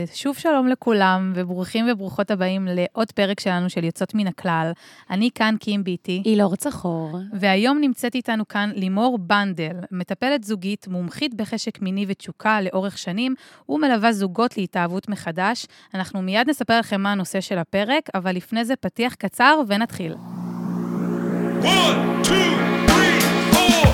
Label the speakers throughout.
Speaker 1: שוב שלום לכולם, וברוכים וברוכות הבאים לעוד פרק שלנו של יוצאות מן הכלל. אני כאן קים ביטי.
Speaker 2: אילור צחור.
Speaker 1: והיום נמצאת איתנו כאן לימור בנדל, מטפלת זוגית, מומחית בחשק מיני ותשוקה לאורך שנים, ומלווה זוגות להתאהבות מחדש. אנחנו מיד נספר לכם מה הנושא של הפרק, אבל לפני זה פתיח קצר ונתחיל.
Speaker 3: 1, 2, 3, 4.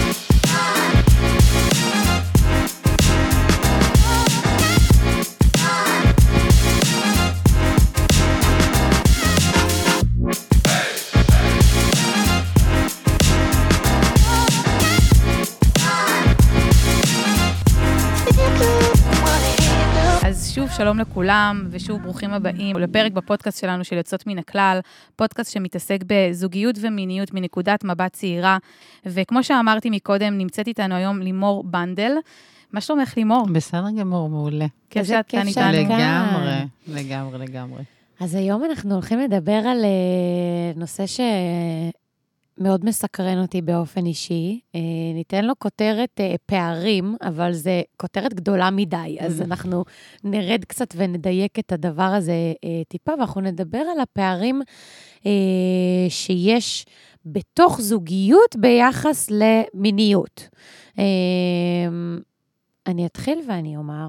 Speaker 1: שוב שלום לכולם, ושוב ברוכים הבאים לפרק בפודקאסט שלנו של יוצאות מן הכלל, פודקאסט שמתעסק בזוגיות ומיניות מנקודת מבט צעירה, וכמו שאמרתי מקודם, נמצאת איתנו היום לימור בנדל. מה שלומך לימור?
Speaker 4: בסדר גמור, מעולה.
Speaker 1: כיף שאת כאן איתנו.
Speaker 4: לגמרי.
Speaker 2: אז היום אנחנו הולכים לדבר על נושא מאוד מסקרן אותי באופן אישי. ניתן לו כותרת פערים, אבל זה כותרת גדולה מדי, אז אנחנו נרד קצת ונדייק את הדבר הזה טיפה, ואנחנו נדבר על הפערים שיש בתוך זוגיות ביחס למיניות. אני אתחיל ואני אומר,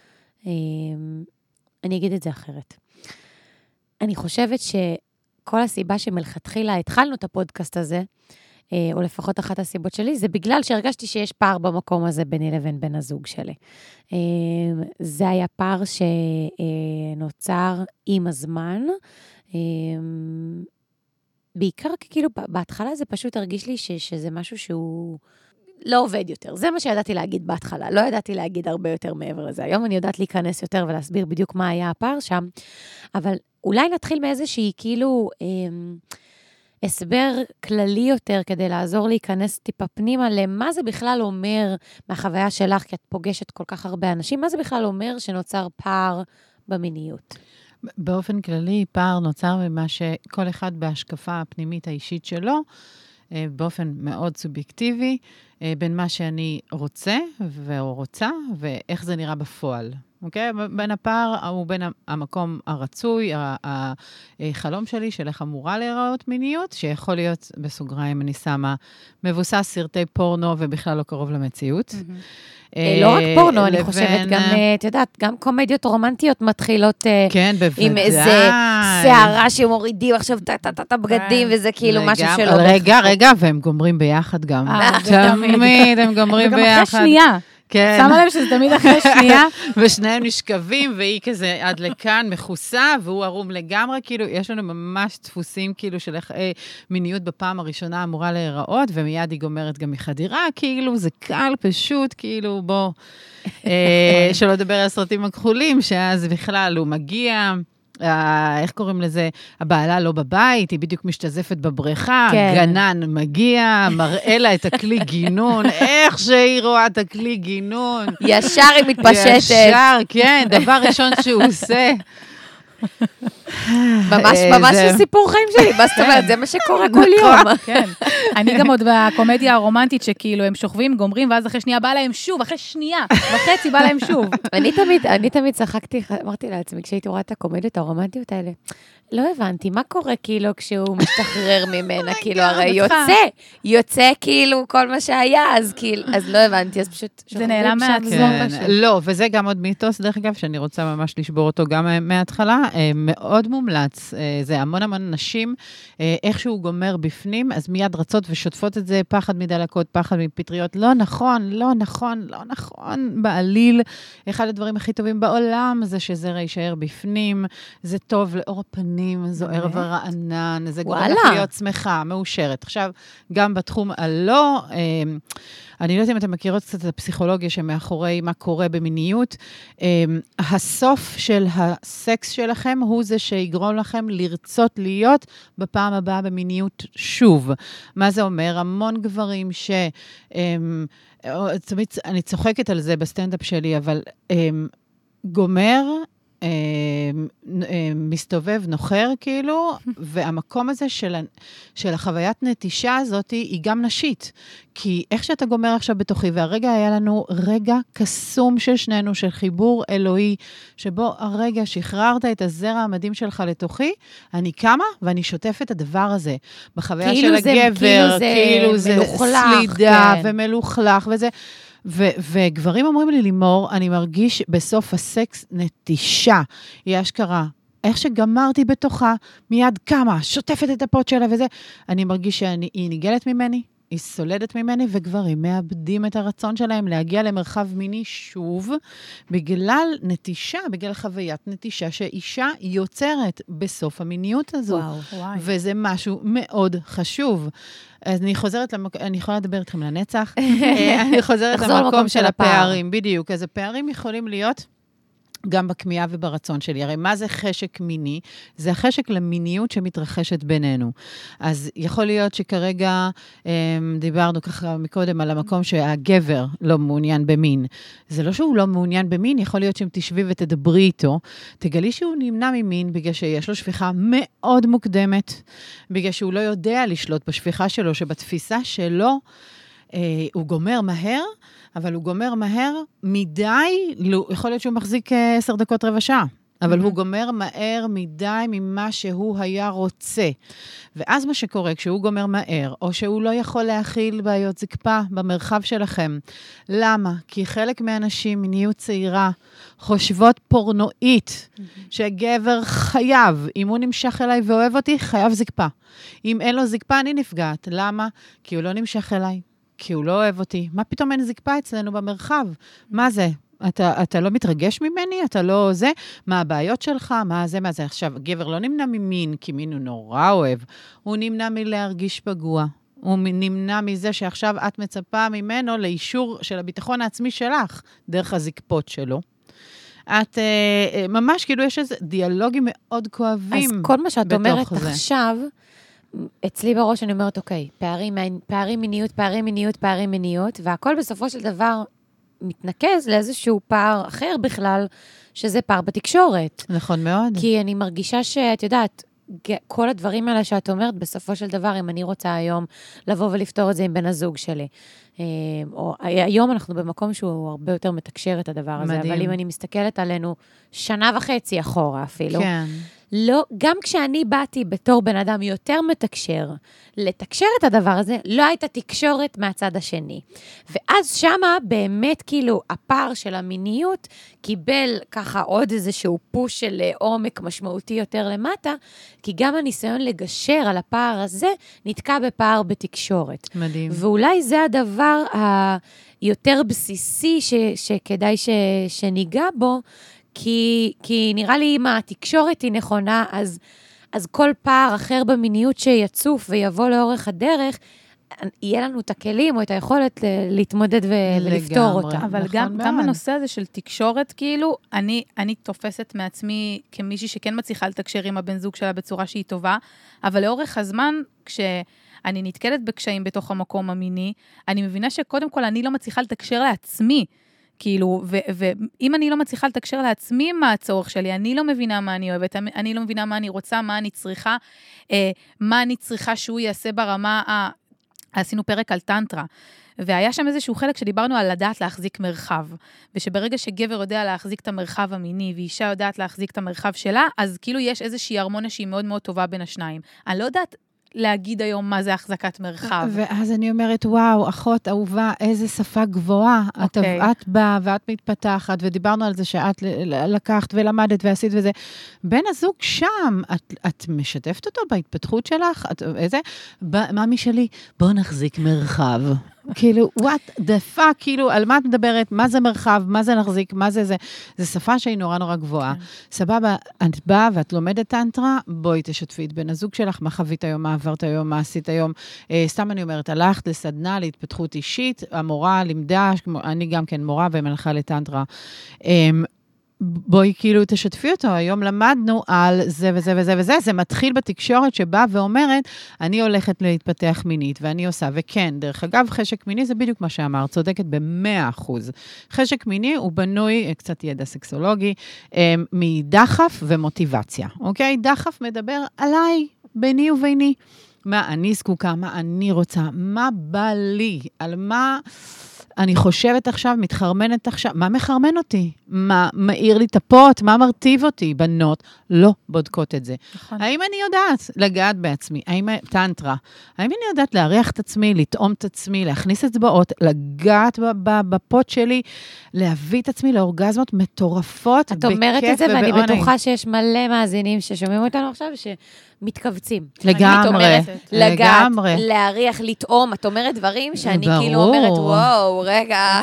Speaker 2: אני אגיד את זה אחרת. אני חושבת כל הסיבה שמלכתחילה התחלנו את הפודקאסט הזה, או לפחות אחת הסיבות שלי, זה בגלל שהרגשתי שיש פער במקום הזה ביני לבין בן הזוג שלי. זה היה פער שנוצר עם הזמן, בעיקר כאילו בהתחלה זה פשוט הרגיש לי שזה משהו שהוא לא עובד יותר. זה מה שידעתי להגיד בהתחלה, לא ידעתי להגיד הרבה יותר מעבר לזה. היום אני יודעת להיכנס יותר ולהסביר בדיוק מה היה הפער שם, אבל אולי נתחיל מאיזושהי כאילו הסבר כללי יותר כדי לעזור להיכנס טיפה פנימה למה זה בכלל אומר מהחוויה שלך, כי את פוגשת כל כך הרבה אנשים, מה זה בכלל אומר שנוצר פער במיניות?
Speaker 4: באופן כללי, פער נוצר ממה שכל אחד בהשקפה הפנימית האישית שלו, באופן מאוד סובייקטיבי, בין מה שאני רוצה ורוצה, ואיך זה נראה בפועל. אוקיי? בין הפער הוא בין המקום הרצוי, החלום שלי של איך אמורה להיראות מיניות, שיכול להיות בסוגריים, אני שמה, מבוסס סרטי פורנו ובכלל לא קרוב למציאות.
Speaker 2: לא רק פורנו, אני חושבת, גם, את יודעת, גם קומדיות רומנטיות מתחילות עם איזה שערה שמורידים עכשיו את הבגדים, וזה כאילו משהו שלא...
Speaker 4: רגע, והם גומרים ביחד גם. תמיד הם גומרים ביחד.
Speaker 1: גם אחרי שנייה. שמה לב שזה תמיד אחרי שנייה.
Speaker 4: ושניהם נשכבים, והיא כזה עד לכאן מחוסה, והוא ערום לגמרי, כאילו, יש לנו ממש דפוסים, כאילו, של איך מיניות בפעם הראשונה אמורה להיראות, ומיד היא גומרת גם מחדירה, כאילו, זה קל, פשוט, כאילו, בוא, שלא לדבר על הסרטים הכחולים, שאז בכלל הוא מגיע... איך קוראים לזה? הבעלה לא בבית, היא בדיוק משתזפת בבריכה, גנן מגיע, מראה לה את הכלי גינון, איך שהיא רואה את הכלי גינון.
Speaker 2: ישר היא מתפשטת.
Speaker 4: ישר, כן, דבר ראשון שהוא עושה.
Speaker 2: ממש סיפור חיים שלי, מה זאת אומרת, זה מה שקורה כל יום.
Speaker 1: כן, אני גם עוד בקומדיה הרומנטית שכאילו הם שוכבים, גומרים, ואז אחרי שנייה בא להם שוב, אחרי שנייה וחצי בא להם שוב.
Speaker 2: אני תמיד צחקתי, אמרתי לעצמי, כשהייתי רואה את הקומדיות הרומנטיות האלה, לא הבנתי, מה קורה כאילו כשהוא משתחרר ממנה, כאילו הרי יוצא כאילו כל מה שהיה, אז לא הבנתי, אז פשוט...
Speaker 1: זה נעלם מהצלום.
Speaker 4: לא, וזה גם עוד מיתוס, דרך אגב, שאני רוצה ממש לשבור אותו גם מההתחלה, מאוד מומלץ, זה המון נשים, איך שהוא גומר בפנים, אז מיד רצות ושוטפות את זה, פחד מדלקות, פחד מפטריות, לא נכון, בעליל, אחד הדברים הכי טובים בעולם, זה שזה יישאר בפנים, זה טוב לאור הפנים, זוהר ורענן, זה גורם לך להיות שמחה, מאושרת. עכשיו, גם בתחום הלא, אני לא יודעת אם אתם מכירות קצת את הפסיכולוגיה שמאחורי מה קורה במיניות, הסוף של הסקס שלכם הוא זה שיגרום לכם לרצות להיות בפעם הבאה במיניות שוב. מה זה אומר? המון גברים אני צוחקת על זה בסטנדאפ שלי, אבל גומר, מסתובב, נוחר כאילו, והמקום הזה של החוויית נטישה הזאת היא גם נשית. כי איך שאתה גומר עכשיו בתוכי, והרגע היה לנו רגע קסום של שנינו, של חיבור אלוהי, שבו הרגע שחררת את הזרע המדהים שלך לתוכי, אני קמה ואני שוטפת את הדבר הזה. בחוויה של הגבר, כאילו זה סלידה ומלוכלך וזה. וגברים אומרים לי, לימור, אני מרגיש בסוף הסקס נטישה. היא אשכרה. איך שגמרתי בתוכה, מיד קמה, שוטפת את הפות שלה וזה. אני מרגיש שהיא ניגלת ממני, היא סולדת ממני, וגברים מאבדים את הרצון שלהם להגיע למרחב מיני שוב, בגלל נטישה, בגלל חוויית נטישה שאישה יוצרת בסוף המיניות הזו.
Speaker 1: וואו.
Speaker 4: וזה משהו מאוד חשוב. אז אני יכולה לדבר איתכם לנצח. אני חוזרת למקום של הפערים, בדיוק. אז הפערים יכולים להיות גם בכמיהה וברצון שלי. הרי מה זה חשק מיני? זה החשק למיניות שמתרחשת בינינו. אז יכול להיות שכרגע דיברנו ככה מקודם על המקום שהגבר לא מעוניין במין. זה לא שהוא לא מעוניין במין, יכול להיות שאם תשבי ותדברי איתו, תגלי שהוא נמנע ממין בגלל שיש לו שפיכה מאוד מוקדמת, בגלל שהוא לא יודע לשלוט בשפיכה שלו, שבתפיסה שלו הוא גומר מהר, אבל הוא גומר מהר מדי, יכול להיות שהוא מחזיק 10 דקות רבע שעה, אבל הוא גומר מהר מדי ממה שהוא היה רוצה. ואז מה שקורה, כשהוא גומר מהר, או שהוא לא יכול להכיל בעיות זקפה במרחב שלכם. למה? כי חלק מהאנשים, מיניות צעירה, חושבות פורנואית, שגבר חייב, אם הוא נמשך אליי ואוהב אותי, חייב זקפה. אם אין לו זקפה, אני נפגעת. למה? כי הוא לא נמשך אליי. כי הוא לא אוהב אותי. מה פתאום אין זקפה אצלנו במרחב? מה זה? אתה לא מתרגש ממני? אתה לא זה? מה הבעיות שלך? מה זה? עכשיו, גבר לא נמנע ממין, כי מין הוא נורא אוהב. הוא נמנע מלהרגיש פגוע. הוא נמנע מזה שעכשיו את מצפה ממנו לאישור של הביטחון העצמי שלך, דרך הזקפות שלו. את ממש כאילו יש איזה דיאלוגים מאוד כואבים.
Speaker 2: אז כל מה שאת אומרת עכשיו, אצלי בראש אני אומרת, אוקיי, פערים מיניות, והכל בסופו של דבר מתנקז לאיזשהו פער אחר בכלל, שזה פער בתקשורת.
Speaker 4: נכון מאוד.
Speaker 2: כי אני מרגישה שאת יודעת, כל הדברים האלה שאת אומרת, בסופו של דבר, אם אני רוצה היום לבוא ולפתור את זה עם בן הזוג שלי, או היום אנחנו במקום שהוא הרבה יותר מתקשר את הדבר הזה,
Speaker 4: מדהים.
Speaker 2: אבל אם אני מסתכלת עלינו 1.5 שנה אחורה אפילו,
Speaker 4: כן.
Speaker 2: לא, גם כשאני באתי בתור בן אדם יותר מתקשר, לתקשר את הדבר הזה, לא הייתה תקשורת מהצד השני. ואז שמה באמת כאילו הפער של המיניות קיבל ככה עוד איזשהו פוש של עומק משמעותי יותר למטה, כי גם הניסיון לגשר על הפער הזה נתקע בפער בתקשורת.
Speaker 4: מדהים.
Speaker 2: ואולי זה הדבר היותר בסיסי שכדאי שניגע בו, כי נראה לי אם התקשורת היא נכונה, אז כל פער אחר במיניות שיצוף ויבוא לאורך הדרך, יהיה לנו את הכלים או את היכולת להתמודד ולפתור אותה.
Speaker 1: אבל גם הנושא הזה של תקשורת, כאילו, אני תופסת מעצמי כמישהי שכן מצליחה לתקשר עם הבן זוג שלה בצורה שהיא טובה, אבל לאורך הזמן, כשאני נתקלת בקשיים בתוך המקום המיני, אני מבינה שקודם כל אני לא מצליחה לתקשר לעצמי, כאילו, ואם אני לא מצליחה לתקשר לעצמי מה הצורך שלי, אני לא מבינה מה אני אוהבת, אני לא מבינה מה אני רוצה, מה אני צריכה, מה אני צריכה שהוא יעשה ברמה, עשינו פרק על טנטרה, והיה שם איזשהו חלק שדיברנו על לדעת להחזיק מרחב, ושברגע שגבר יודע להחזיק את המרחב המיני, ואישה יודעת להחזיק את המרחב שלה, אז כאילו יש איזושהי הרמוניה שהיא מאוד מאוד טובה בין השניים. אני לא יודעת להגיד היום מה זה החזקת מרחב.
Speaker 4: ואז אני אומרת, וואו, אחות אהובה, איזה שפה גבוהה. את באה ואת מתפתחת, ודיברנו על זה שאת לקחת ולמדת ועשית וזה. בן הזוג שם, את משתפת אותו בהתפתחות שלך? מאמי שלי, בוא נחזיק מרחב. כאילו, what the fuck, כאילו, על מה את מדברת, מה זה מרחב, מה זה נחזיק, מה זה זה, זה שפה שהיא נורא נורא גבוהה. סבבה, את באה ואת לומדת טנטרה, בואי תשתפי את בן הזוג שלך, מה חווית היום, מה עברת היום, מה עשית היום, סתם אני אומרת, הלכת לסדנה, להתפתחות אישית, המורה לימדה, אני גם כן מורה ומלכה לטנטרה, בואי כאילו תשתפי אותו, היום למדנו על זה וזה וזה וזה, זה מתחיל בתקשורת שבאה ואומרת, אני הולכת להתפתח מינית, ואני עושה, וכן, דרך אגב, חשק מיני זה בדיוק מה שאמר, צודקת ב100%. חשק מיני הוא בנוי, קצת ידע סקסולוגי, מדחף ומוטיבציה, אוקיי? דחף מדבר עליי, ביני וביני. מה אני זקוקה, מה אני רוצה, מה בא לי, על מה אני חושבת עכשיו, מתחרמנת עכשיו, מה מחרמן אותי? מה מאיר לי את הפות? מה מרטיב אותי? בנות לא בודקות את זה.
Speaker 1: נכון.
Speaker 4: האם אני יודעת לגעת בעצמי? האם טנטרה? האם אני יודעת להריח את עצמי, לטעום את עצמי, להכניס אצבעות, לגעת בפות שלי, להביא את עצמי לאורגזמות מטורפות,
Speaker 2: את אומרת את זה, ואני בטוחה שיש מלא מאזינים ששומעים אותנו עכשיו, מתכווצים.
Speaker 4: לגמרי,
Speaker 2: לגעת, להריח, לטעום, את אומרת דברים שאני כאילו אומרת, וואו, רגע.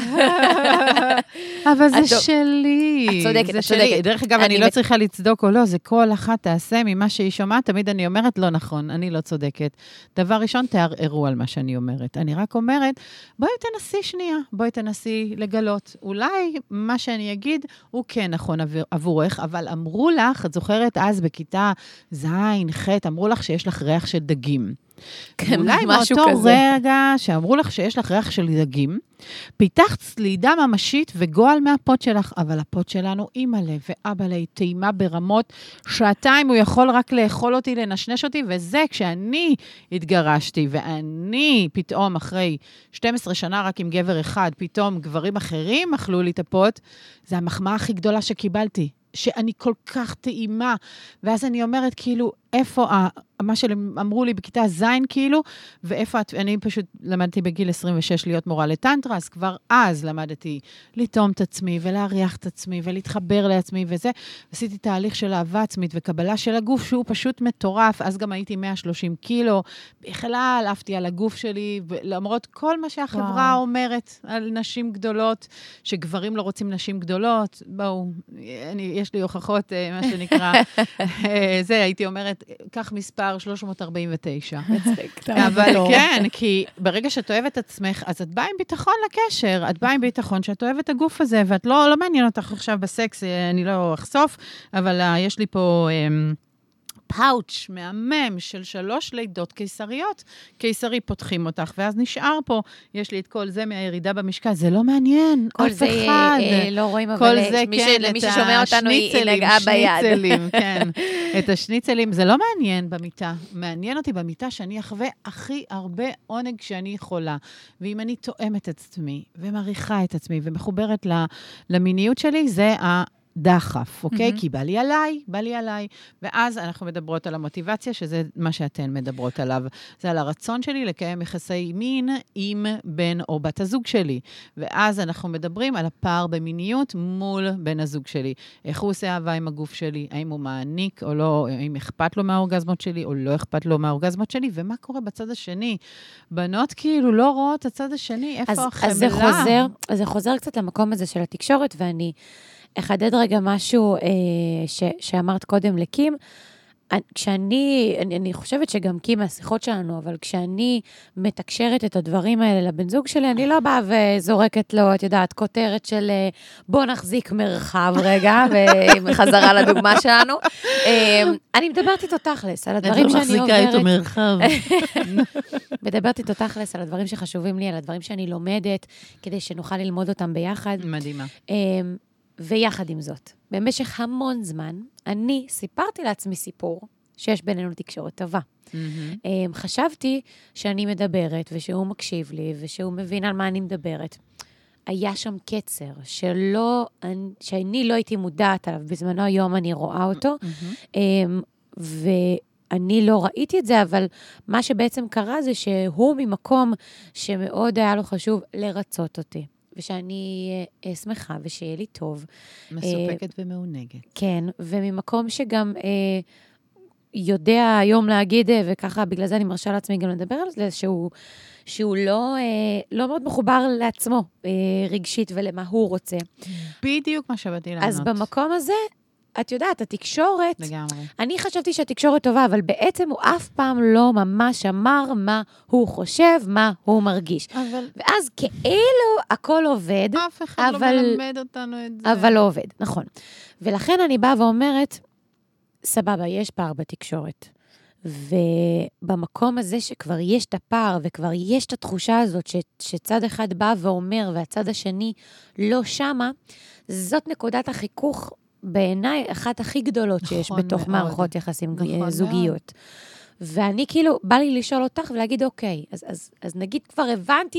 Speaker 4: אבל זה שלי.
Speaker 2: את צודקת, את צודקת.
Speaker 4: דרך אגב, אני לא צריכה לצדוק או לא, זה כל אחת תעשה ממה שהיא שומעת, תמיד אני אומרת, לא נכון, אני לא צודקת. דבר ראשון, תערערו על מה שאני אומרת. אני רק אומרת, בואי תנסי שנייה, בואי תנסי לגלות. אולי מה שאני אגיד, הוא כן נכון עבורך, אבל אמרו לך, את זוכרת אז בכיתה זין, אמרו לך שיש לך ריח של דגים.
Speaker 2: כן,
Speaker 4: אולי
Speaker 2: משהו
Speaker 4: מאותו
Speaker 2: כזה.
Speaker 4: רגע שאמרו לך שיש לך ריח של דגים, פיתחת סלידה ממשית וגועל מהפות שלך, אבל הפות שלנו אימא'לה ואבא'לה, טעימה ברמות, שעתיים הוא יכול רק לאכול אותי, לנשנש אותי, וזה כשאני התגרשתי, ואני פתאום אחרי 12 שנה רק עם גבר אחד, פתאום גברים אחרים אכלו לי את הפות, זה המחמאה הכי גדולה שקיבלתי. שאני כל כך טעימה, ואז אני אומרת, כאילו, איפה מה שאמרו לי בכיתה זין, כאילו, ואיפה, אני פשוט למדתי בגיל 26 להיות מורה לטנטרה, אז כבר אז למדתי לטעום את עצמי, ולהריח את עצמי, ולהתחבר לעצמי, וזה, עשיתי תהליך של אהבה עצמית, וקבלה של הגוף, שהוא פשוט מטורף, אז גם הייתי 130 קילו, בכלל עפתי על הגוף שלי, ולמרות כל מה שהחברה אומרת, על נשים גדולות, שגברים לא רוצים נשים גדולות, בואו, יש לי הוכחות, מה שנקרא, זה הייתי אומרת, כך מספר 349. אבל כן, כי ברגע שאת אוהבת את עצמך, אז את באה עם ביטחון לקשר, את באה עם ביטחון שאת אוהבת את הגוף הזה, ואת לא מעניין אותך עכשיו בסקס, אני לא אחשוף, אבל יש לי פה פאוץ' מהמם של 3 לידות קיסריות, קיסרי פותחים אותך, ואז נשאר פה, יש לי את כל זה מהירידה במשקל, זה לא מעניין, אף אחד.
Speaker 2: כל זה לא רואים, אבל למי ששומע אותנו היא נגעה ביד.
Speaker 4: שניצלים, כן. את השניצלים, זה לא מעניין במיטה, מעניין אותי במיטה שאני אחווה הכי הרבה עונג שאני יכולה, ואם אני תואמת את עצמי, ומעריכה את עצמי, ומחוברת למיניות שלי, זה דחף, אוקיי? כי בא לי עליי. ואז אנחנו מדברות על המוטיבציה, שזה מה שאתן מדברות עליו. זה על הרצון שלי לקיים יחסי מין עם בן או בת הזוג שלי. ואז אנחנו מדברים על הפער במיניות מול בן הזוג שלי. איך הוא עושה אהבה עם הגוף שלי? האם הוא מעניק או לא? האם אכפת לו מהאורגזמות שלי או לא אכפת לו מהאורגזמות שלי? ומה קורה בצד השני? בנות כאילו לא רואות את הצד השני, איפה החמלה?
Speaker 2: אז זה חוזר קצת למקום הזה של התקשורת, ואני אחדד רגע משהו שאמרת קודם לקים, אני חושבת שגם קים מהשיחות שלנו, אבל כשאני מתקשרת את הדברים האלה לבן זוג שלי, אני לא באה וזורקת לו, את יודעת, כותרת של בוא נחזיק מרחב רגע, וחזרה לדוגמה שלנו. אני מדברת איתו תכלס, על הדברים שאני עוברת.
Speaker 4: אני לא מחזיקה איתו מרחב.
Speaker 2: מדברת איתו תכלס, על הדברים שחשובים לי, על הדברים שאני לומדת, כדי שנוכל ללמוד אותם ביחד.
Speaker 4: מדהימה.
Speaker 2: ויחד עם זאת, במשך המון זמן, אני סיפרתי לעצמי סיפור שיש בינינו תקשורת טובה. חשבתי שאני מדברת, ושהוא מקשיב לי, ושהוא מבין על מה אני מדברת. היה שם קצר, שאני לא הייתי מודעת עליו, בזמנו היום אני רואה אותו, ואני לא ראיתי את זה, אבל מה שבעצם קרה זה שהוא ממקום שמאוד היה לו חשוב לרצות אותי. ושאני שמחה, ושיהיה לי טוב.
Speaker 4: מסופקת ומעונגת.
Speaker 2: כן, וממקום שגם יודע היום להגיד, וככה בגלל זה אני מרשה לעצמי גם לדבר על זה, שהוא לא מאוד מחובר לעצמו רגשית ולמה הוא רוצה.
Speaker 4: בדיוק מה שבאתי לענות.
Speaker 2: אז במקום הזה, את יודעת, התקשורת,
Speaker 4: לגמרי.
Speaker 2: אני חשבתי שהתקשורת טובה, אבל בעצם הוא אף פעם לא ממש אמר מה הוא חושב, מה הוא מרגיש. ואז כאילו הכל עובד,
Speaker 4: אף אחד לא מלמד אותנו את זה.
Speaker 2: אבל לא עובד, נכון. ולכן אני באה ואומרת, סבבה, יש פער בתקשורת. ובמקום הזה שכבר יש את הפער, וכבר יש את התחושה הזאת שצד אחד בא ואומר, והצד השני לא שמה, זאת נקודת החיכוך בעיניי, אחת הכי גדולות שיש בתוך מערכות יחסים זוגיות. ואני כאילו, בא לי לשאול אותך ולהגיד, אוקיי, אז נגיד כבר הבנתי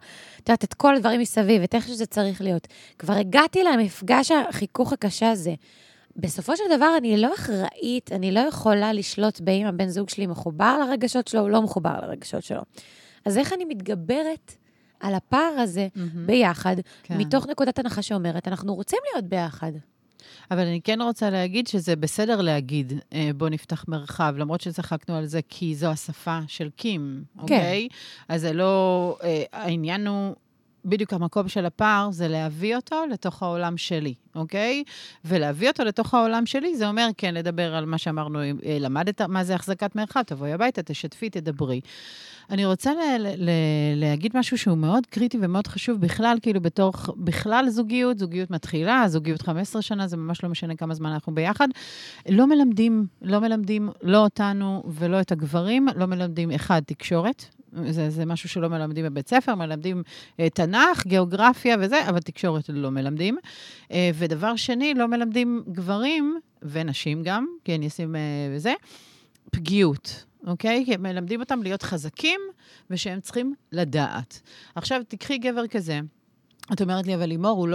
Speaker 2: את כל הדברים מסביב, את איך שזה צריך להיות. כבר הגעתי למפגש החיכוך הקשה הזה. בסופו של דבר אני לא אחראית, אני לא יכולה לשלוט באם הבן זוג שלי מחובר לרגשות שלו או לא מחובר לרגשות שלו. אז איך אני מתגברת על הפער הזה ביחד, מתוך נקודת הנחה שאומרת, אנחנו רוצים להיות ביחד.
Speaker 4: אבל אני כן רוצה להגיד שזה בסדר להגיד, בוא נפתח מרחב, למרות שצחקנו על זה, כי זו השפה של קים, אוקיי? אז זה לא, העניין הוא, בדיוק המקום של הפער, זה להביא אותו לתוך העולם שלי, אוקיי? ולהביא אותו לתוך העולם שלי, זה אומר, כן, לדבר על מה שאמרנו, למדת מה זה החזקת מרחב, תבואי הביתה, תשתפי, תדברי. אני רוצה להגיד משהו שהוא מאוד קריטי ומאוד חשוב בכלל, כאילו בתוך, בכלל זוגיות מתחילה, זוגיות 15 שנה, זה ממש לא משנה כמה זמן אנחנו ביחד. לא מלמדים, לא אותנו ולא את הגברים, לא מלמדים אחד, תקשורת. זה משהו שלא מלמדים בבית ספר, מלמדים תנ"ך, גיאוגרפיה וזה, אבל תקשורת לא מלמדים. ודבר שני, לא מלמדים גברים ונשים גם, כי אני אשים וזה, פגיעות. אוקיי? כי מלמדים אותם להיות חזקים, ושהם צריכים לדעת. עכשיו, תקחי גבר כזה, את אומרת לי, אבל לימור,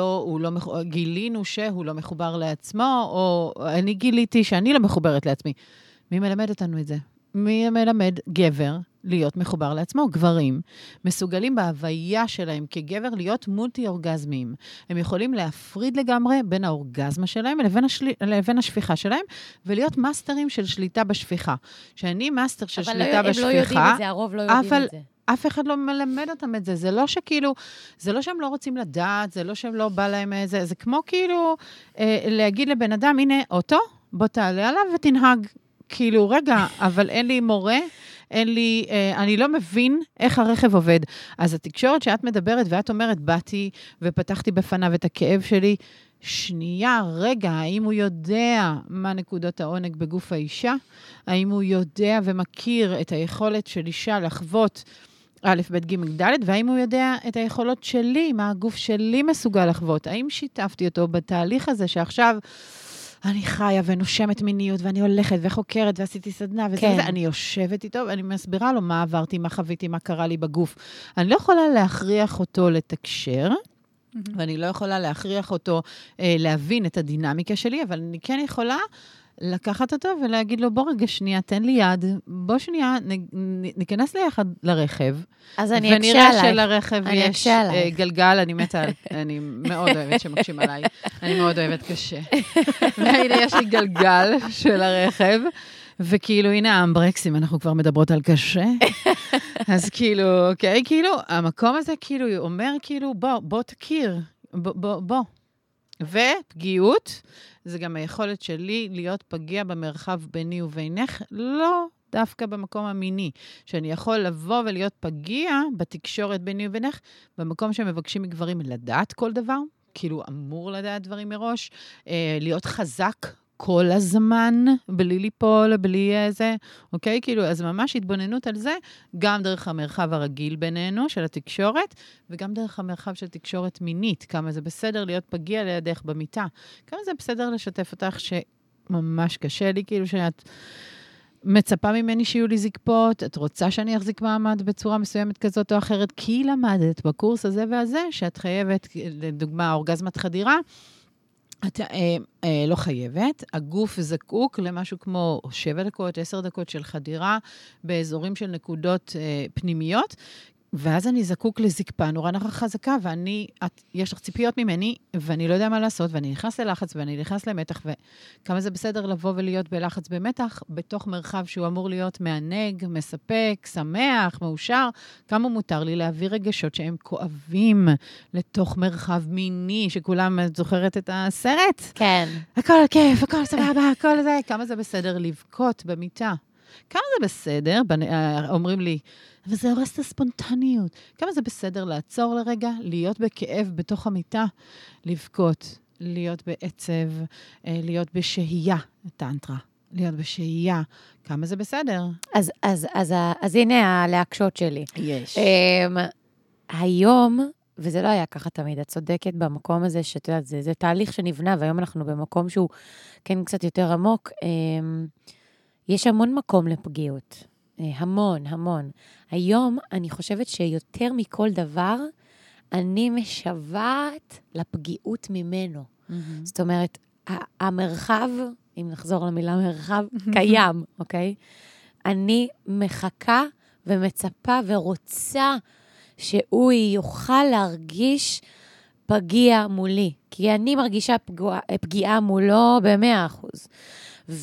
Speaker 4: גילינו שהוא לא מחובר לעצמו, או אני גיליתי שאני לא מחוברת לעצמי. מי מלמד אותנו את זה? מי מלמד גבר להיות מחובר לעצמו? גברים מסוגלים בהוויה שלהם כגבר להיות מולטי-אורגזמיים. הם יכולים להפריד לגמרי בין האורגזמה שלהם לבין השפיכה שלהם, ולהיות מאסטרים של שליטה בשפיכה. שאני מאסטר של שליטה בשפיכה,
Speaker 2: אבל הם לא יודעים את זה, הרוב לא יודעים את זה.
Speaker 4: אף אחד לא מלמד אותם את זה. זה לא שכאילו, זה לא שהם לא רוצים לדעת, זה לא שהם לא בא להם איזה, זה כמו כאילו להגיד לבן אדם, הנה, אוטו, בוא תעלה עליו ותנהג. כאילו, רגע, אבל אין לי מורה, אני לא מבין איך הרכב עובד. אז התקשורת שאת מדברת, ואת אומרת, באתי ופתחתי בפניו את הכאב שלי, שנייה, רגע, האם הוא יודע מה נקודות העונג בגוף האישה? האם הוא יודע ומכיר את היכולת של אישה לחוות א', ב', ג', ד', והאם הוא יודע את היכולות שלי, מה הגוף שלי מסוגל לחוות? האם שיתפתי אותו בתהליך הזה שעכשיו אני חיה ונושמת מיניות, ואני הולכת וחוקרת, ועשיתי סדנה, וזה וזה, אני יושבת איתו, ואני מסבירה לו מה עברתי, מה חוויתי, מה קרה לי בגוף. אני לא יכולה להכריח אותו לתקשר, ואני לא יכולה להכריח אותו להבין את הדינמיקה שלי, אבל אני כן יכולה לקחת אותו ולהגיד לו, בוא רגע שנייה, תן לי יד, בוא שנייה, ניכנס ליחד לרכב.
Speaker 2: אז אני אקשה
Speaker 4: ונראה
Speaker 2: עלייך.
Speaker 4: שלרכב יש גלגל, אני מתה, אני מאוד אוהבת שמקשים עליי, אני מאוד אוהבת קשה. והנה יש לי גלגל של הרכב, וכאילו, הנה האמברקסים, אנחנו כבר מדברות על קשה. אז כאילו, אוקיי, כאילו, המקום הזה כאילו אומר, כאילו, בוא תכיר, בוא. ופגיעות, זה גם היכולת שלי להיות פגיע במרחב ביני ובינך, לא דווקא במקום המיני, שאני יכול לבוא ולהיות פגיע בתקשורת ביני ובינך, במקום שמבקשים מגברים לדעת כל דבר, כאילו אמור לדעת דברים מראש, להיות חזק כל הזמן, בלי ליפול, בלי זה, אוקיי? כאילו, אז ממש התבוננות על זה, גם דרך המרחב הרגיל בינינו, של התקשורת, וגם דרך המרחב של תקשורת מינית, כמה זה בסדר להיות פגיע לידך במיטה, כמה זה בסדר לשתף אותך שממש קשה לי, כאילו שאת מצפה ממני שיהיו לי זקפות, את רוצה שאני אחזיק מעמד בצורה מסוימת כזאת או אחרת, כי למדת בקורס הזה והזה, שאת חייבת, לדוגמה, אורגזמת חדירה, את לא חייבת, הגוף זקוק למשהו כמו 7 דקות, 10 דקות של חדירה, באזורים של נקודות פנימיות, ואז אני זקוק לזקפה נורא חזקה, יש לך ציפיות ממני, ואני לא יודע מה לעשות, ואני נכנס ללחץ, ואני נכנס למתח, וכמה זה בסדר לבוא ולהיות בלחץ במתח, בתוך מרחב שהוא אמור להיות מענג, מספק, שמח, מאושר, כמה מותר לי להביא רגשות שהם כואבים לתוך מרחב מיני, שכולם זוכרת את הסרט?
Speaker 2: כן.
Speaker 4: הכל כיף, הכל סבבה, הכל זה, כמה זה בסדר לבכות במיטה. כמה זה בסדר, אומרים לי, אבל זה הורס את הספונטניות. כמה זה בסדר לעצור לרגע, להיות בכאב בתוך המיטה, לבכות, להיות בעצב, להיות בשהייה, טנטרה, להיות בשהייה. כמה זה בסדר?
Speaker 2: אז הנה הלהקשות שלי.
Speaker 4: יש.
Speaker 2: היום, וזה לא היה ככה תמיד, את צודקת במקום הזה, שאת יודעת, זה תהליך שנבנה, והיום אנחנו במקום שהוא כן קצת יותר עמוק, יש המון מקום לפגיעות. המון, המון. היום אני חושבת שיותר מכל דבר, אני משוועת לפגיעות ממנו. זאת אומרת, המרחב, אם נחזור למילה מרחב, קיים, אוקיי? אני מחכה ומצפה ורוצה שהוא יוכל להרגיש פגיע מולי. כי אני מרגישה פגיעה מולו ב100%.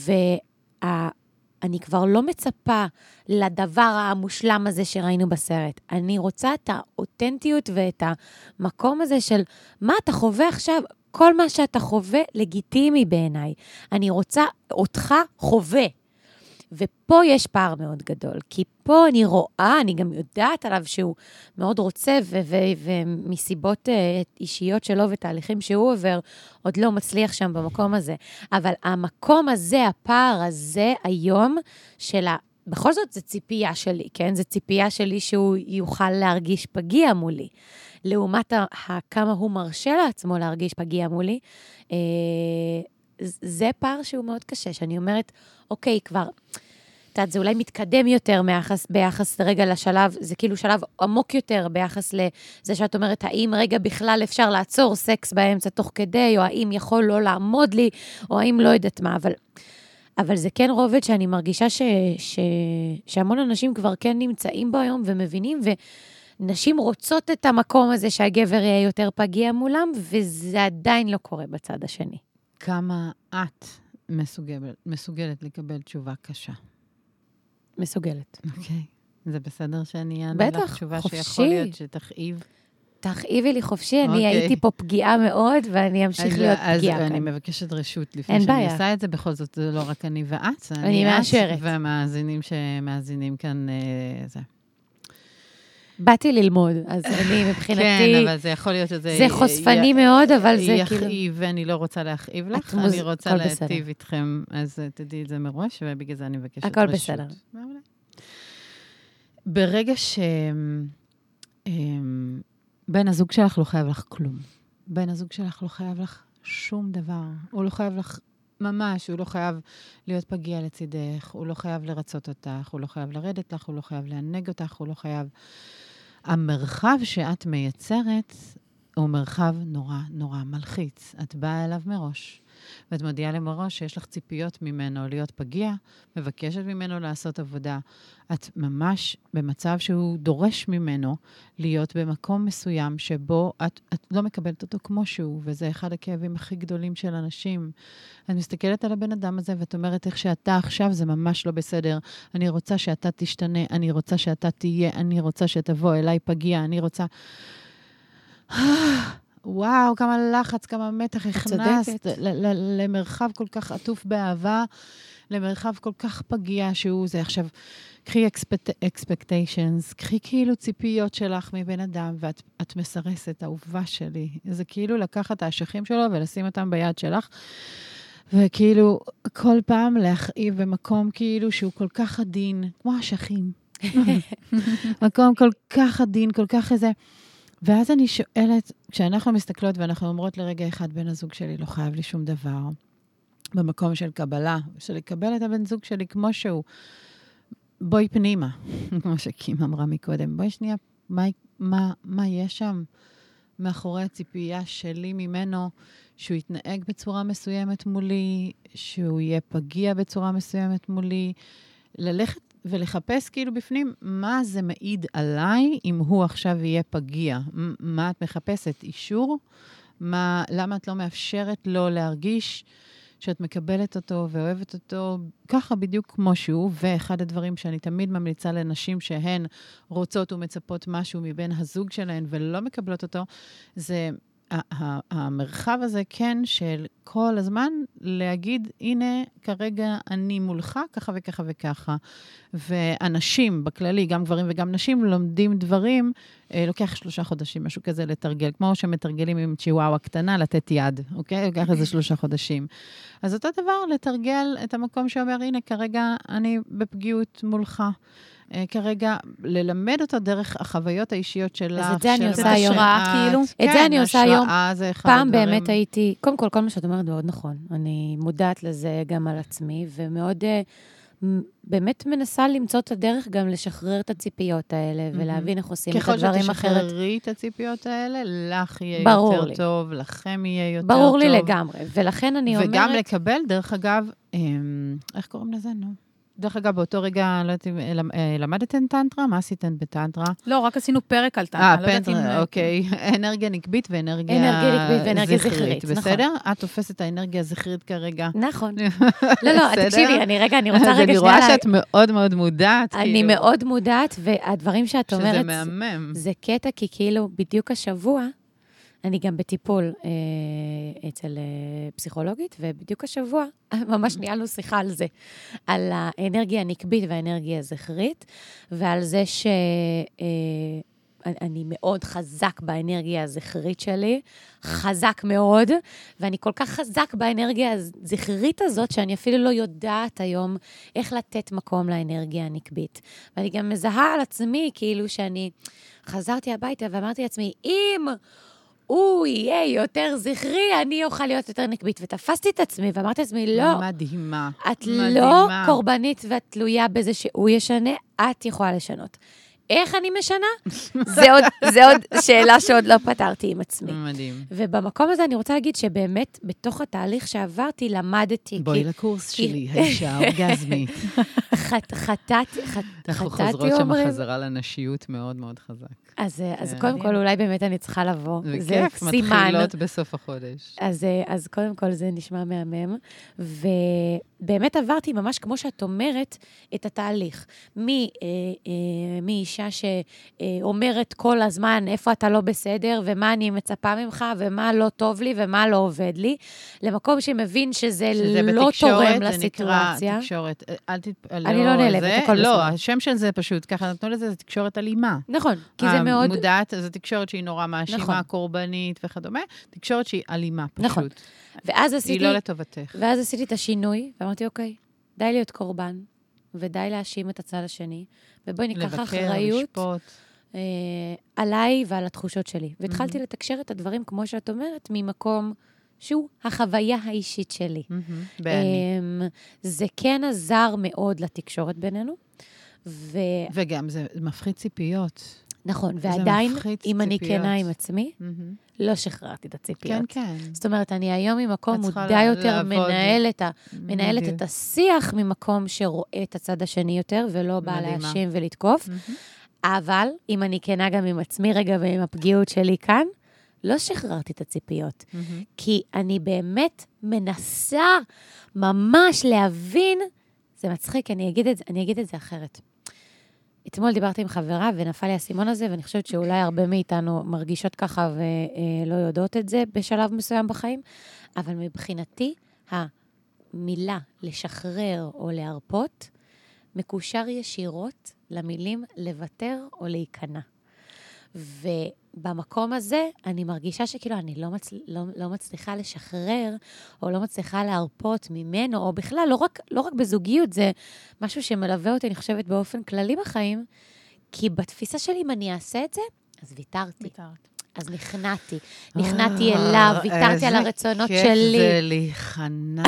Speaker 2: אני כבר לא מצפה לדבר המושלם הזה שראינו בסרט. אני רוצה את האותנטיות ואת המקום הזה של מה אתה חווה עכשיו, כל מה שאתה חווה לגיטימי בעיניי. אני רוצה אותך חווה. ופה יש פער מאוד גדול, כי פה אני רואה, אני גם יודעת עליו שהוא מאוד רוצה, ומסיבות אישיות שלו ותהליכים שהוא עובר, עוד לא מצליח שם במקום הזה. אבל המקום הזה, הפער הזה היום, בכל זאת זה ציפייה שלי, כן? זה ציפייה שלי שהוא יוכל להרגיש פגיע מולי. לעומת כמה הוא מרשה לעצמו להרגיש פגיע מולי, זה פער שהוא מאוד קשה, שאני אומרת, אוקיי, כבר, זה אולי מתקדם יותר ביחס רגע לשלב, זה כאילו שלב עמוק יותר ביחס לזה שאת אומרת, האם רגע בכלל אפשר לעצור סקס באמצע תוך כדי, או האם יכול לא לעמוד לי, או האם לא יודעת מה, אבל זה כן רובד שאני מרגישה שהמון אנשים כבר כן נמצאים בו היום ומבינים, ונשים רוצות את המקום הזה שהגבר יהיה יותר פגיע מולם, וזה עדיין לא קורה בצד השני.
Speaker 4: כמה את מסוגלת לקבל תשובה קשה?
Speaker 2: מסוגלת.
Speaker 4: אוקיי. זה בסדר שאני אענה לך תשובה שיכול להיות שתכאיב?
Speaker 2: תכאיבי לי חופשי, אני הייתי פה פגיעה מאוד, ואני אמשיך להיות פגיעה כאן.
Speaker 4: אז אני מבקשת רשות לפני שאני עושה את זה, בכל זאת זה לא רק אני ואת,
Speaker 2: אני מאשרת.
Speaker 4: והמאזינים שמאזינים כאן זה.
Speaker 2: באתי ללמוד, אז אני מבחינתי...
Speaker 4: כן, אבל זה יכול להיות שזה...
Speaker 2: זה חושפני מאוד, אבל זה כאילו...
Speaker 4: יכאיב, ואני לא רוצה להכאיב לך, אני רוצה להטיב איתכם, אז תדעי את זה מראש, ובגלל זה אני מבקשת רשות.
Speaker 2: הכל בסדר.
Speaker 4: ברגע בן הזוג שלך לא חייב לך כלום. בן הזוג שלך לא חייב לך שום דבר. הוא לא חייב לך ממש, הוא לא חייב להיות פגיע לצידך, הוא לא חייב לרצות אותך, הוא לא חייב לרדת לך, הוא לא חייב לענג אותך, הוא לא חייב... המרחב שאת מייצרת הוא מרחב נורא נורא מלחיץ. את באה אליו מראש, ואת מודיעה למראש שיש לך ציפיות ממנו להיות פגיע, מבקשת ממנו לעשות עבודה. את ממש במצב שהוא דורש ממנו להיות במקום מסוים שבו את לא מקבלת אותו כמו שהוא, וזה אחד הכאבים הכי גדולים של אנשים. את מסתכלת על הבן אדם הזה ואת אומרת איך שאתה עכשיו זה ממש לא בסדר. אני רוצה שאתה תשתנה, אני רוצה שאתה תהיה, אני רוצה שתבוא אליי פגיע, אני רוצה... וואו, כמה לחץ, כמה מתח הכנסת למרחב כל כך עטוף באהבה, למרחב כל כך פגיע שהוא זה. עכשיו, קחי expectations, קחי כאילו ציפיות שלך מבן אדם, ואת מסרסת, אהובה שלי. זה כאילו לקחת את האשכים שלו ולשים אותם ביד שלך, וכאילו כל פעם להכאיב במקום כאילו שהוא כל כך עדין, כמו אשכים. מקום כל כך עדין, כל כך איזה... ואז אני שואלת, כשאנחנו מסתכלות ואנחנו אומרות לרגע אחד, בן הזוג שלי לא חייב לי שום דבר, במקום של קבלה, של לקבל את הבן זוג שלי כמו שהוא, בואי פנימה, כמו שקים אמרה מקודם, בואי שנייה, מה יש שם מאחורי הציפייה שלי ממנו, שהוא יתנהג בצורה מסוימת מולי, שהוא יהיה פגיע בצורה מסוימת מולי, ללכת ולחפש כאילו בפנים, מה זה מעיד עליי, אם הוא עכשיו יהיה פגיע? מה את מחפשת? אישור? למה את לא מאפשרת לו להרגיש שאת מקבלת אותו ואוהבת אותו ככה בדיוק כמו שהוא? ואחד הדברים שאני תמיד ממליצה לנשים שהן רוצות ומצפות משהו מבין הזוג שלהן ולא מקבלות אותו, זה המרחב הזה כן של כל הזמן להגיד, הנה, כרגע אני מולך, ככה וככה וככה. ואנשים בכללי, גם גברים וגם נשים, לומדים דברים, לוקח 3 חודשים, משהו כזה לתרגל, כמו שמתרגלים עם צ'יוואווה קטנה, לתת יד, אוקיי? לוקח איזה 3 חודשים. אז אותו דבר, לתרגל את המקום שאומר, הנה, כרגע אני בפגיעות מולך. כרגע ללמד אותו דרך החוויות האישיות שלך.
Speaker 2: אז את זה אני עושה היום.
Speaker 1: כאילו?
Speaker 2: את זה אני עושה היום.
Speaker 4: זה אחד
Speaker 2: פעם
Speaker 4: הדברים.
Speaker 2: באמת הייתי, קודם כל מה שאת אומרת מאוד נכון. אני מודעת לזה גם על עצמי, ומאוד באמת מנסה למצוא את הדרך גם לשחרר את הציפיות האלה, ולהבין איך עושים את הדברים אחרת.
Speaker 4: ככל שתשחררי את הציפיות האלה, לך יהיה יותר טוב, לכם יהיה יותר טוב.
Speaker 2: ברור לי לגמרי, ולכן אני אומרת...
Speaker 4: וגם לקבל, דרך אגב, איך קוראים לזה? נו. דרך אגב, באותו רגע, לא יודעת אם למדתם טנטרה? מה עשיתם בטנטרה?
Speaker 1: לא, רק עשינו פרק על טנטרה.
Speaker 4: פנטרה, אוקיי. אנרגיה נקבית ואנרגיה זכרית, בסדר? את תופסת את האנרגיה הזכרית כרגע.
Speaker 2: נכון. לא, תקשיבי, אני רוצה רגע שנייה...
Speaker 4: אני רואה שאת מאוד מאוד מודעת.
Speaker 2: אני מאוד מודעת, והדברים שאת אומרת...
Speaker 4: שזה מהמם.
Speaker 2: זה קטע, כי כאילו, בדיוק השבוע, אני גם בטיפול אצל פסיכולוגית, ובדיוק השבוע, ממש ניהלנו שיחה על זה, על האנרגיה הנקבית והאנרגיה הזכרית, ועל זה שאני מאוד חזק באנרגיה הזכרית שלי, חזק מאוד, ואני כל כך חזק באנרגיה הזכרית הזאת, שאני אפילו לא יודעת היום איך לתת מקום לאנרגיה הנקבית. ואני גם מזהה על עצמי, כאילו שאני חזרתי הביתה ואמרתי לעצמי, אם... הוא יהיה יותר זכרי, אני אוכל להיות יותר נקבית. ותפסתי את עצמי, ואמרתי לעצמי, לא.
Speaker 4: מדהימה.
Speaker 2: את לא קורבנית ואת תלויה בזה שהוא ישנה, את יכולה לשנות. איך אני משנה? זה עוד שאלה שעוד לא פתרתי עם עצמי.
Speaker 4: מדהים.
Speaker 2: ובמקום הזה אני רוצה להגיד שבאמת, בתוך התהליך שעברתי, למדתי.
Speaker 4: בואי לקורס שלי, האישה האורגזמית.
Speaker 2: חטאתי,
Speaker 4: אנחנו חוזרות שם חזרה לנשיות מאוד מאוד חזק.
Speaker 2: אז קודם כל, אולי באמת אני צריכה לבוא.
Speaker 4: זה כיף, מתחילות בסוף החודש.
Speaker 2: אז קודם כל זה נשמע מהמם, ובאמת עברתי ממש כמו שאת אומרת את התהליך. מאישה שאומרת כל הזמן איפה אתה לא בסדר, ומה אני מצפה ממך, ומה לא טוב לי, ומה לא עובד לי, למקום שמבין שזה לא תורם לסיטואציה.
Speaker 4: זה נקרא תקשורת.
Speaker 2: אני לא נעלבת, הכל בסדר.
Speaker 4: לא, השם של זה פשוט, ככה נתנו לזה, זה תקשורת אלימה.
Speaker 2: נכון, כי זה מאוד...
Speaker 4: מודעת, זו תקשורת שהיא נורא מאשימה, קורבנית וכדומה, תקשורת שהיא אלימה פשוט.
Speaker 2: נכון. ואז עשיתי...
Speaker 4: היא לא לטובתך.
Speaker 2: ואז עשיתי את השינוי, ואמרתי, אוקיי, די להיות קורבן, ודי להאשים את הצד השני, ובואי ניקח אחריות עליי ועל התחושות שלי. והתחלתי לתקשר את הדברים, כמו שאת אומרת, ממקום שהוא החוויה האישית שלי. זה כן עזר מאוד לתקשורת בינינו.
Speaker 4: וגם זה מפחיד ציפיות.
Speaker 2: נכון, ועדיין, אם אני כנה עם עצמי, לא שחררתי את הציפיות.
Speaker 4: כן, כן.
Speaker 2: זאת אומרת, אני היום ממקום מודע יותר, מנהלת את השיח ממקום שרואה את הצד השני יותר, ולא בא להאשים ולתקוף. אבל, אם אני כנה גם עם עצמי רגע ועם הפגיעות שלי כאן, לא שחררתי את הציפיות. כי אני באמת מנסה ממש להבין, זה מצחיק, אני אגיד את זה אחרת. אתמול דיברתי עם חברה, ונפל לי הסימון הזה, ואני חושבת שאולי הרבה מאיתנו מרגישות ככה, ולא יודעות את זה בשלב מסוים בחיים, אבל מבחינתי, המילה לשחרר או להרפות, מקושר ישירות למילים לוותר או להיכנע. ובמקום הזה, אני מרגישה שכאילו אני לא מצליחה לשחרר, או לא מצליחה להרפות ממנו, או בכלל, לא רק בזוגיות, זה משהו שמלווה אותי, אני חושבת, באופן כללי בחיים, כי בתפיסה שלי, אם אני אעשה את זה, אז ויתרתי. אז נכנעתי אליו, ויתרתי על הרצונות שלי.
Speaker 4: איזה כיף זה להיכנע.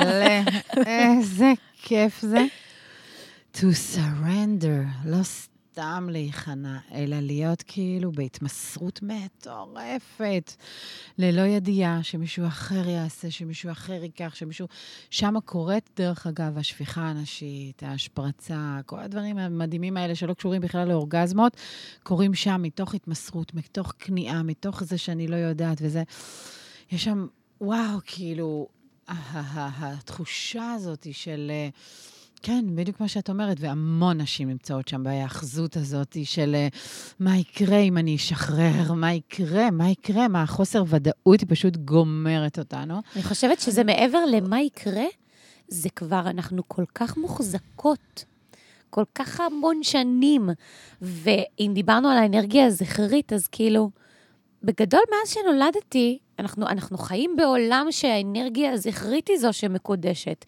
Speaker 4: איזה כיף זה. To surrender, לא סתם להיכנע, אלא להיות כאילו בהתמסרות מטורפת, ללא ידיעה שמישהו אחר יעשה, שמישהו אחר ייקח, שמישהו... שם קורית, דרך אגב, השפיכה הנשית, ההשפרצה, כל הדברים המדהימים האלה שלא קשורים בכלל לאורגזמות, קורים שם מתוך התמסרות, מתוך כניעה, מתוך זה שאני לא יודעת, וזה... יש שם, וואו, כאילו, התחושה הזאת של... כן, בדיוק מה שאת אומרת, והמון נשים נמצאות שם בהיאחזות הזאת של מה יקרה אם אני אשחרר, מה יקרה, מה החוסר ודאות היא פשוט גומרת אותנו.
Speaker 2: אני חושבת שזה מעבר למה יקרה, זה כבר, אנחנו כל כך מוחזקות, כל כך המון שנים, ואם דיברנו על האנרגיה הזכרית, אז כאילו, בגדול מאז שנולדתי, אנחנו חיים בעולם שהאנרגיה הזכרית היא זו שמקודשת.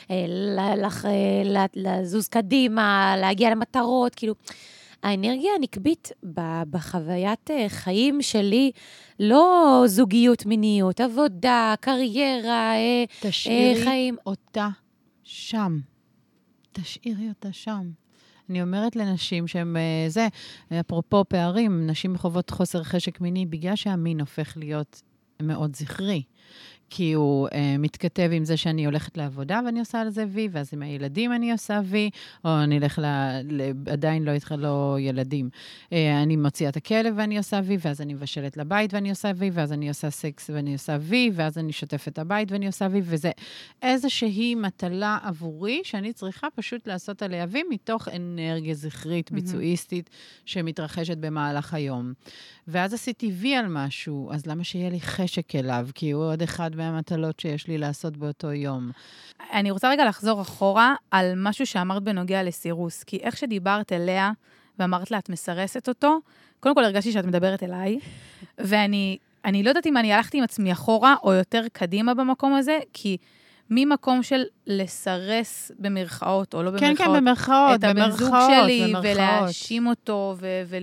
Speaker 2: לזוז קדימה, להגיע למטרות, כאילו, האנרגיה הנקבית בחוויית חיים שלי, לא זוגיות מיניות, עבודה, קריירה,
Speaker 4: תשאירי
Speaker 2: חיים.
Speaker 4: אותה שם. תשאירי אותה שם. אני אומרת לנשים שהן, אפרופו פערים, נשים מחוות חוסר חשק מיני, בגלל שהמין הופך להיות מאוד זכרי. כי הוא מתכתב עם זה שאני הולכת לעבודה ואני עושה על זה וי, ואז עם הילדים אני עושה וי, או אני אלך עדיין לא ילדים. אני מוציאה את הכלב ואני עושה וי, ואז אני מבשלת לבית ואני עושה וי, ואז אני עושה סקס ואני עושה וי, ואז אני שוטפת את הבית ואני עושה וי, וזה איזושהי מטלה עבורי שאני צריכה פשוט לעשות עליה וי, מתוך אנרגיה זכרית, ביצועיסטית, שמתרחשת במהלך היום. ואז עשיתי וי על משהו, אז למה שיהיה לי חשק אליו? כי הוא עוד אחד מהמטלות שיש לי לעשות באותו יום.
Speaker 1: אני רוצה רגע לחזור אחורה על משהו שאמרת בנוגע לסירוס, כי איך שדיברת אליה ואמרת לה, את מסרסת אותו, קודם כל הרגשתי שאת מדברת אליי, ואני לא יודעת אם אני הלכתי עם עצמי אחורה או יותר קדימה במקום הזה, כי ממקום של לסרס במרכאות, או לא במרכאות,
Speaker 4: כן, במרכאות,
Speaker 1: את הבן זוג שלי, ולהאשים אותו,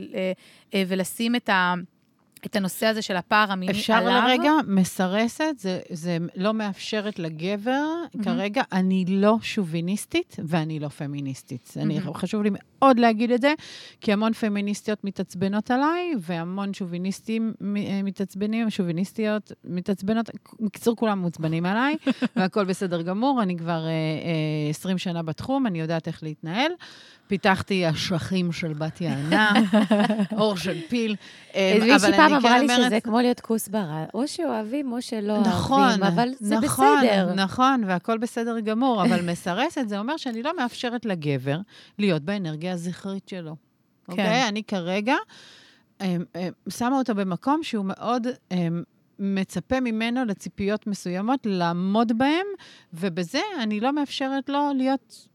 Speaker 1: ולשים את הנושא הזה של הפער המיני עליו.
Speaker 4: אפשר לרגע, מסרסת, זה לא מאפשרת לגבר, כרגע אני לא שוביניסטית, ואני לא פמיניסטית. חשוב לי מאוד להגיד את זה, כי המון פמיניסטיות מתעצבנות עליי, והמון שוביניסטים מתעצבנים, שוביניסטיות מתעצבנות, בקיצור כולם מוצבנים עליי, והכל בסדר גמור, אני כבר 20 שנה בתחום, אני יודעת איך להתנהל, פיתחתי השכים של בת יענה, אור של פיל.
Speaker 2: מישהי פעם אמרה לי שזה כמו להיות כוסברה, או שאוהבים או שלא אוהבים, אבל זה בסדר.
Speaker 4: נכון, והכל בסדר גמור, אבל מסרסת, זה אומר שאני לא מאפשרת לגבר להיות באנרגיה הזכרית שלו. אוקיי? אני כרגע שמה אותו במקום שהוא מאוד מצפה ממנו לציפיות מסוימות, לעמוד בהם, ובזה אני לא מאפשרת לו להיות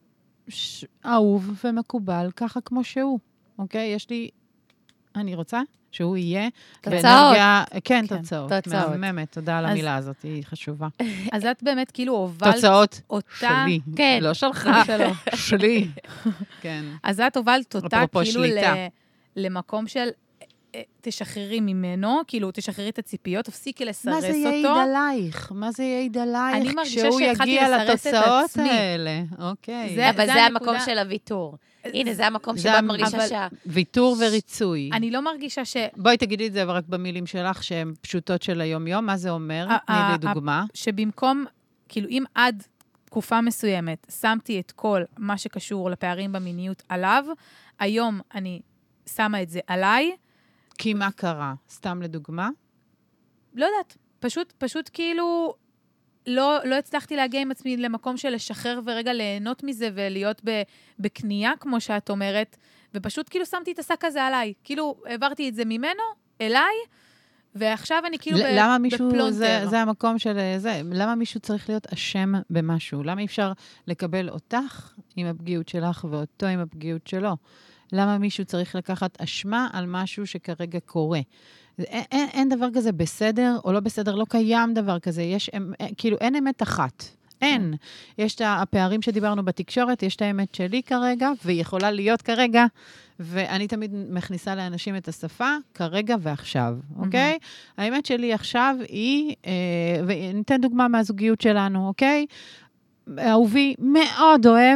Speaker 4: אהוב ומקובל, ככה כמו שהוא. אוקיי? אני רוצה שהוא יהיה באנרגיה... כן, תוצאות. מהממת, תודה על המילה הזאת, היא חשובה.
Speaker 1: אז את באמת כאילו הובלת
Speaker 4: תוצאות
Speaker 1: שלי,
Speaker 4: לא שלך, שלי. כן.
Speaker 1: אז את הובלת אותה כאילו למקום של תשחררי ממנו, כאילו תשחררי את הציפיות, תפסיקי לסרס אותו.
Speaker 4: מה זה יעיד עלייך? מה זה יעיד עלייך?
Speaker 1: אני מרגישה שהתחלתי לסרס את עצמי.
Speaker 4: האלה. אוקיי.
Speaker 2: אבל זה המקום של הוויתור. הנה, זה המקום שבו את מרגישה
Speaker 4: ויתור וריצוי.
Speaker 1: אני לא מרגישה
Speaker 4: בואי תגידי את זה רק במילים שלך, שהן פשוטות של היום-יום. מה זה אומר? תני לי דוגמה.
Speaker 1: שבמקום, כאילו, אם עד תקופה מסוימת שמתי את כל מה שקשור לפערים במיניות עליו, היום אני שמה את זה עליי.
Speaker 4: כי מה קרה? סתם לדוגמה?
Speaker 1: לא יודעת. פשוט כאילו... לא הצלחתי להגיע עם עצמי למקום של לשחרר ורגע ליהנות מזה ולהיות בקנייה, כמו שאת אומרת, ופשוט כאילו שמתי את השק הזה עליי. כאילו העברתי את זה ממנו, אליי, ועכשיו אני כאילו בפלונטר.
Speaker 4: זה המקום של זה. למה מישהו צריך להיות אשם במשהו? למה אי אפשר לקבל אותך עם הפגיעות שלך ואותו עם הפגיעות שלו? למה מישהו צריך לקחת אשמה על משהו שכרגע קורה? אין דבר כזה בסדר או לא בסדר, לא קיים דבר כזה. כאילו אין אמת אחת. אין. יש את הפערים שדיברנו בתקשורת, יש את האמת שלי כרגע, והיא יכולה להיות כרגע, ואני תמיד מכניסה לאנשים את השפה, כרגע ועכשיו, אוקיי? האמת שלי עכשיו היא, וניתן דוגמה מהזוגיות שלנו, אוקיי? אהובי מאוד אוהב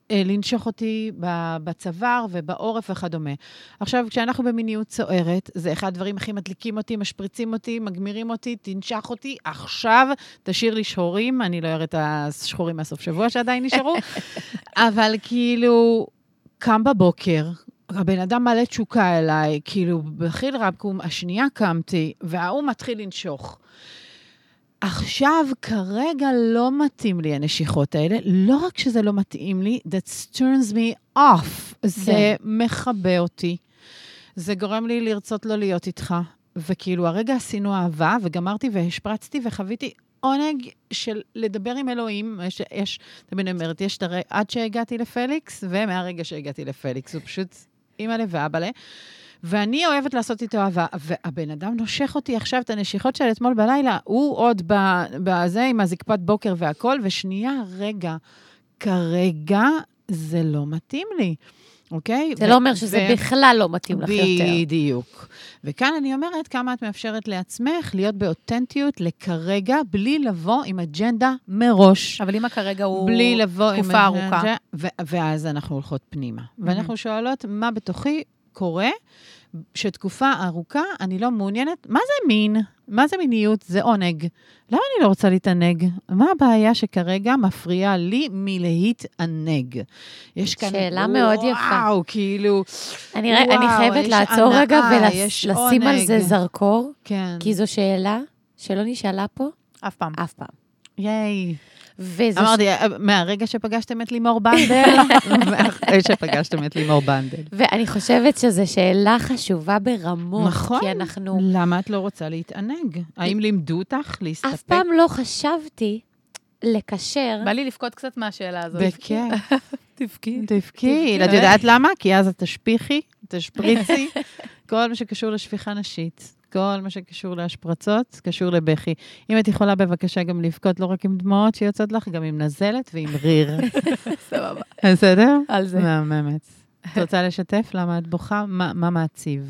Speaker 4: לנשוך אותי בצוואר ובעורף וכדומה. עכשיו, כשאנחנו במיניות סוערת, זה אחד הדברים הכי מדליקים אותי, משפריצים אותי, מגמירים אותי, תנשך אותי, עכשיו תשאיר לי שחורים, אני לא אראה את השחורים מהסוף שבוע שעדיין נשארו, אבל כאילו, קם בבוקר, הבן אדם מלא תשוקה אליי, כאילו, בחיל רבקום, השנייה קמתי, והוא מתחיל לנשוך. עכשיו, כרגע לא מתאים לי הנשיכות האלה, לא רק שזה לא מתאים לי, that turns me off, זה מכבה אותי, זה גורם לי לרצות לא להיות איתך, וכאילו הרגע עשינו אהבה, וגמרתי והשפרצתי וחוויתי עונג של לדבר עם אלוהים, יש, תמיד אומרת, יש עד שהגעתי לפליקס, ומהרגע שהגעתי לפליקס, הוא פשוט אמא לב ואבא לה, ואני אוהבת לעשות איתו אהבה, והבן אדם נושך אותי עכשיו את הנשיכות של אתמול בלילה, הוא עוד בזה עם הזקפת בוקר והכל, ושנייה, רגע, כרגע זה לא מתאים לי, אוקיי?
Speaker 2: זה לא אומר שזה בכלל לא מתאים לך יותר.
Speaker 4: בדיוק. וכאן אני אומרת, כמה את מאפשרת לעצמך להיות באותנטיות לכרגע, בלי לבוא עם אג'נדה מראש.
Speaker 1: אבל אם הכרגע הוא
Speaker 4: בלי לבוא
Speaker 1: תקופה ארוכה.
Speaker 4: ואז אנחנו הולכות פנימה. ואנחנו שואלות, מה בתוכי קורה, שתקופה ארוכה, אני לא מעוניינת, מה זה מין? מה זה מיניות? זה עונג. למה אני לא רוצה להתענג? מה הבעיה שכרגע מפריעה לי מלהתענג? יש כאן...
Speaker 2: שאלה מאוד יפה.
Speaker 4: וואו, כאילו...
Speaker 2: אני חייבת לעצור רגע ולשים על זה זרקור, כי זו שאלה שלא נשאלה פה.
Speaker 1: אף פעם.
Speaker 2: אף פעם.
Speaker 4: ייי. אמרתי, מהרגע שפגשתם את לימור בנדל, ואחרי שפגשתם את לימור בנדל.
Speaker 2: ואני חושבת שזו שאלה חשובה ברמות,
Speaker 4: נכון.
Speaker 2: כי אנחנו...
Speaker 4: למה את לא רוצה להתענג? האם לימדו אותך להסתפק?
Speaker 2: אף פעם לא חשבתי לקשר...
Speaker 1: בא לי לפקוד קצת מהשאלה הזאת.
Speaker 4: בכיף.
Speaker 1: תבכי.
Speaker 4: את יודעת למה? כי אז את תשפיכי, תשפריצי, כל מה שקשור לשפיכה נשית. כל מה שקשור להשפרצות, קשור לבכי. אם את יכולה בבקשה גם לבכות, לא רק עם דמעות שיוצאות לך, גם עם נזלת ועם ריר.
Speaker 1: סבבה.
Speaker 4: בסדר?
Speaker 1: על זה.
Speaker 4: מהממת. את רוצה לשתף? למה את בוכה? מה מעציב?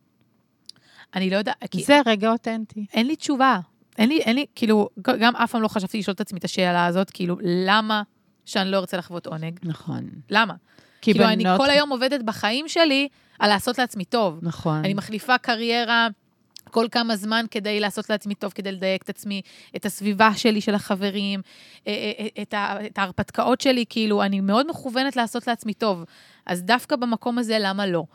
Speaker 1: אני לא יודעת.
Speaker 4: זה רגע אותנטי.
Speaker 1: אין לי תשובה. אין לי, כאילו, גם אף פעם לא חשבתי לשאול את עצמי את השאלה הזאת, כאילו, למה שאני לא ארצה לחוות עונג?
Speaker 4: נכון.
Speaker 1: למה? כאילו, אני כל היום עובדת בחיים שלי על לעשות לעצמי טוב.
Speaker 4: נכון.
Speaker 1: אני מחליפה קריירה כל כמה זמן כדי לעשות לעצמי טוב, כדי לדייק את עצמי, את הסביבה שלי, של החברים, את ההרפתקאות שלי, כאילו, אני מאוד מכוונת לעשות לעצמי טוב. אז דווקא במקום הזה, למה לא?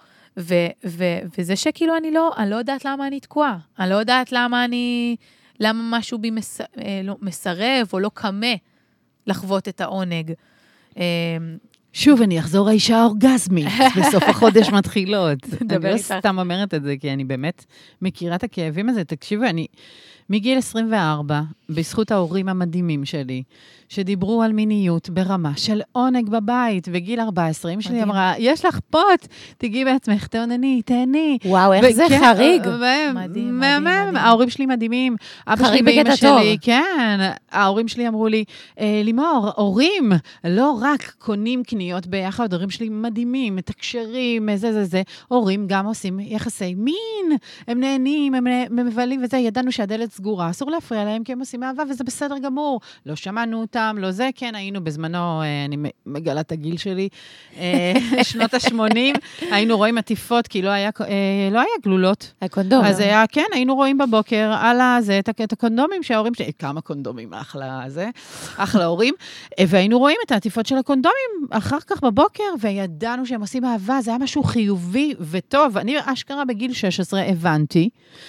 Speaker 1: וזה שכאילו אני לא יודעת למה אני תקועה. אני לא יודעת למה משהו בי מסרב או לא קמה לחוות את העונג.
Speaker 4: שוב, אני אחזור האישה האורגזמית, בסוף החודש מתחילות. אני לא סתם אומרת את זה, כי אני באמת מכירה את הכאבים הזה. תקשיבו, אני מגיל 24, בזכות ההורים המדהימים שלי, שדיברו על מיניות ברמה של עונג בבית, וגיל 14, אמא שלי אמרה, יש לך פוט, תגיעי בעצמך, תהני.
Speaker 2: וואו, איך זה חריג.
Speaker 1: מדהים.
Speaker 4: ההורים שלי מדהימים. אבא שלי ואמא שלי, כן, ההורים שלי אמרו לי, לימור, הורים, לא רק קונים קניות ביחד, ההורים שלי מדהימים, מתקשרים, זה. הורים גם עושים יחסי מין, הם נהנים, הם מבלים וזה, ידענו שהדלת סגורה, אסור להפריע להם, כי הם עושים אהבה, וזה בסדר גמור. לא שמענו אותם, לא זה, כן, היינו בזמנו, אני מגלה את הגיל שלי, שנות ה-80, היינו רואים עטיפות, כי לא היה גלולות.
Speaker 2: הקונדום.
Speaker 4: אז היה, כן, היינו רואים בבוקר על הזה, את הקונדומים שההורים שלי, כמה קונדומים, אחלה הורים, והיינו רואים את העטיפות של הקונדומים אחר כך בבוקר, וידענו שהם עושים אהבה, זה היה משהו חיובי וטוב. אני אשכרה בגיל 16 הבנתי,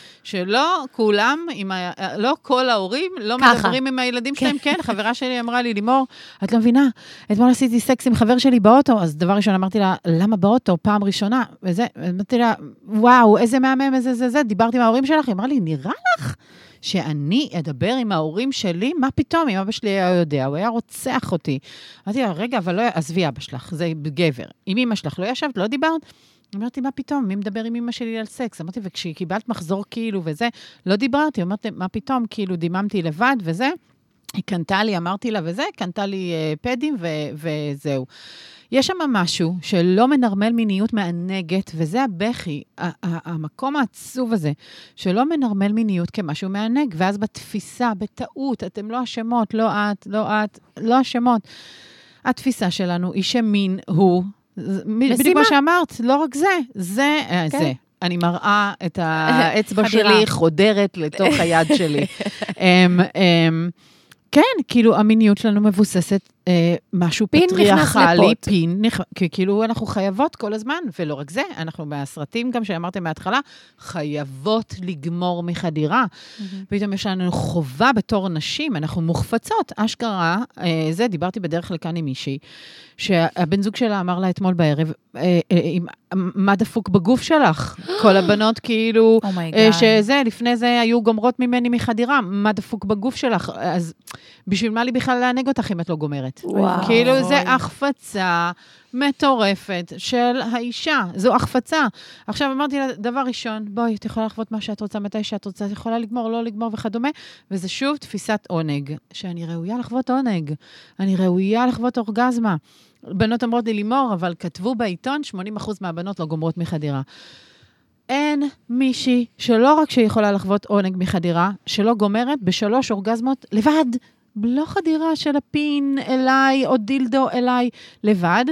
Speaker 4: שלא כולם, לא כל ההורים, לא מדברים עם הילדים שלהם, כן, חברה שלי אמרה לי, לימור, את לא מבינה, אתמול עשיתי סקס עם חבר שלי באוטו, אז דבר ראשון אמרתי לה, למה באוטו, פעם ראשונה, וזה, אמרתי לה, וואו, איזה מהמם, איזה, דיברתי עם ההורים שלך, היא אמרה לי, נראה לך שאני אדבר עם ההורים שלי, מה פתאום, אם אבא שלי היה יודע, הוא היה רוצח אותי. אמרתי לה, רגע, אבל לא, עזבי אבא שלך, זה גבר. אם אמא שלך לא ישבת, לא דיברת, אמרתי, מה פתאום? מי מדבר עם אמא שלי על סקס? אמרתי, וכשקיבלת מחזור כאילו וזה, לא דיברתי. אמרתי, מה פתאום? כאילו, דיממתי לבד וזה. היא קנתה לי, אמרתי לה וזה, קנתה לי פדים וזהו. יש שם משהו שלא מנרמל מיניות מענגת, וזה הבכי, המקום העצוב הזה, שלא מנרמל מיניות כמשהו מענג, ואז בתפיסה, בטעות, אתם לא אשמות, לא את, לא אשמות. התפיסה שלנו היא שמין הוא, בדיוק מה שאמרת, לא רק זה, זה. אני מראה את האצבע שלי חודרת לתוך היד שלי. כן, כאילו המיניות שלנו מבוססת משהו פטריארכלי, פין, כאילו אנחנו חייבות כל הזמן, ולא רק זה, אנחנו מהסרטים גם שאמרתם מההתחלה, חייבות לגמור מחדירה. פתאום יש לנו חובה בתור נשים, אנחנו מוחפצות, אשכרה, זה, דיברתי בדרך לכאן עם מישהי, שהבן זוג שלה אמר לה אתמול בערב, מה דפוק בגוף שלך? כל הבנות כאילו, שזה, לפני זה היו גומרות ממני מחדירה, מה דפוק בגוף שלך? אז בשביל מה לי בכלל להנהג אותך אם את לא גומרת? כאילו זה החפצה מטורפת של האישה, זו החפצה. עכשיו אמרתי לה, דבר ראשון, בואי, את יכולה לחוות מה שאת רוצה, מתי שאת רוצה, את יכולה לגמור, לא לגמור וכדומה, וזה שוב תפיסת עונג, שאני ראויה לחוות עונג, אני ראויה לחוות אורגזמה. בנות אומרות לי לימור, אבל כתבו בעיתון, 80% מהבנות לא גומרות מחדירה. אין מישהי שלא רק שיכולה לחוות עונג מחדירה, שלא גומרת ב3 אורגזמות לבד, לא חדירה של הפין אליי, או דילדו אליי, לבד,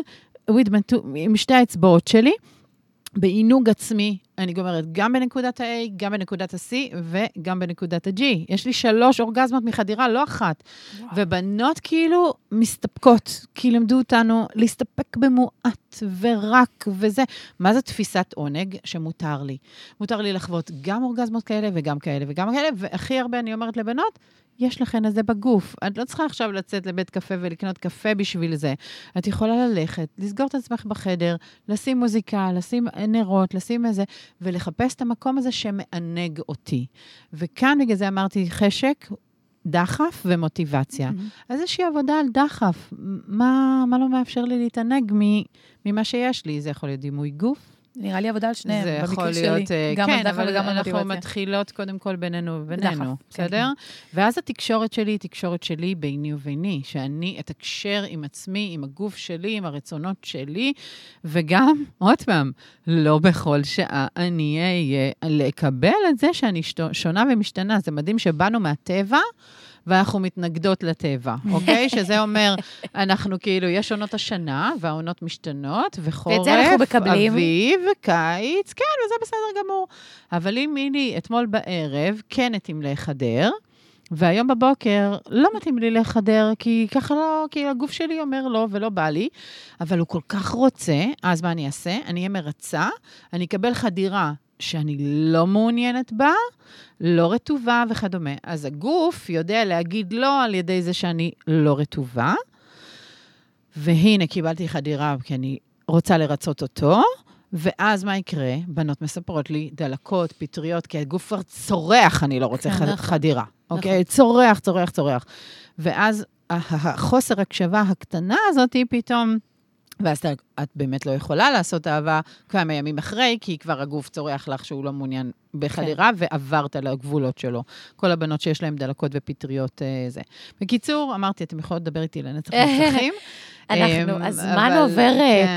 Speaker 4: עם 2 האצבעות שלי, בעינוג עצמי, אני גומרת גם בנקודת ה-A, גם בנקודת ה-C, וגם בנקודת ה-G. יש לי 3 אורגזמות מחדירה, לא 1. ובנות כאילו מסתפקות, כי למדו אותנו להסתפק במועט ורק וזה. מה זה תפיסת עונג שמותר לי? מותר לי לחוות גם אורגזמות כאלה וגם כאלה וגם כאלה, והכי הרבה אני אומרת לבנות, יש לכן את זה בגוף. את לא צריכה עכשיו לצאת לבית קפה ולקנות קפה בשביל זה. את יכולה ללכת, לסגור את עצמך בחדר, לשים מוזיקה, לשים נרות, לשים איזה, ולחפש את המקום הזה שמענג אותי. וכאן בגלל זה אמרתי חשק, דחף ומוטיבציה. אז איזושהי עבודה על דחף. מה לא מאפשר לי להתענג ממה שיש לי? זה יכול להיות דימוי גוף,
Speaker 1: נראה לי עבודה על שניהם,
Speaker 4: זה יכול להיות, כן, אבל אנחנו מתחילות קודם כל בינינו ובינינו, בסדר? ואז התקשורת שלי היא תקשורת שלי ביני וביני, שאני אתקשר עם עצמי, עם הגוף שלי, עם הרצונות שלי, וגם, עוד פעם, לא בכל שעה אני אהיה לקבל את זה שאני שונה ומשתנה. זה מדהים שבאנו מהטבע, ואנחנו מתנגדות לטבע, אוקיי? שזה אומר, אנחנו כאילו, יש עונות השנה, והעונות משתנות, וחורף, אביב, קיץ, כן, וזה בסדר גמור. אבל אם מילי, אתמול בערב, כן התאים לחדר, והיום בבוקר לא מתאים לי לחדר, כי ככה לא, כי הגוף שלי אומר לא, ולא בא לי, אבל הוא כל כך רוצה, אז מה אני אעשה? אני אהיה מרצה, אני אקבל חדירה, שאני לא מעוניינת בה, לא רטובה וכדומה. אז הגוף יודע להגיד לא על ידי זה שאני לא רטובה, והנה קיבלתי חדירה כי אני רוצה לרצות אותו, ואז מה יקרה? בנות מספרות לי דלקות, פטריות, כי הגוף כבר צורח, אני לא רוצה חדירה. אוקיי? צורח. ואז החוסר הקשבה הקטנה הזאת היא פתאום, ואז את באמת לא יכולה לעשות אהבה כמה ימים אחרי, כי כבר הגוף צורח לך שהוא לא מעוניין בחדירה, ועברת לגבולות שלו. כל הבנות שיש להן דלקות ופטריות זה. בקיצור, אמרתי, אתם יכולות לדבר איתי לנצח נצחים.
Speaker 2: הזמן עובר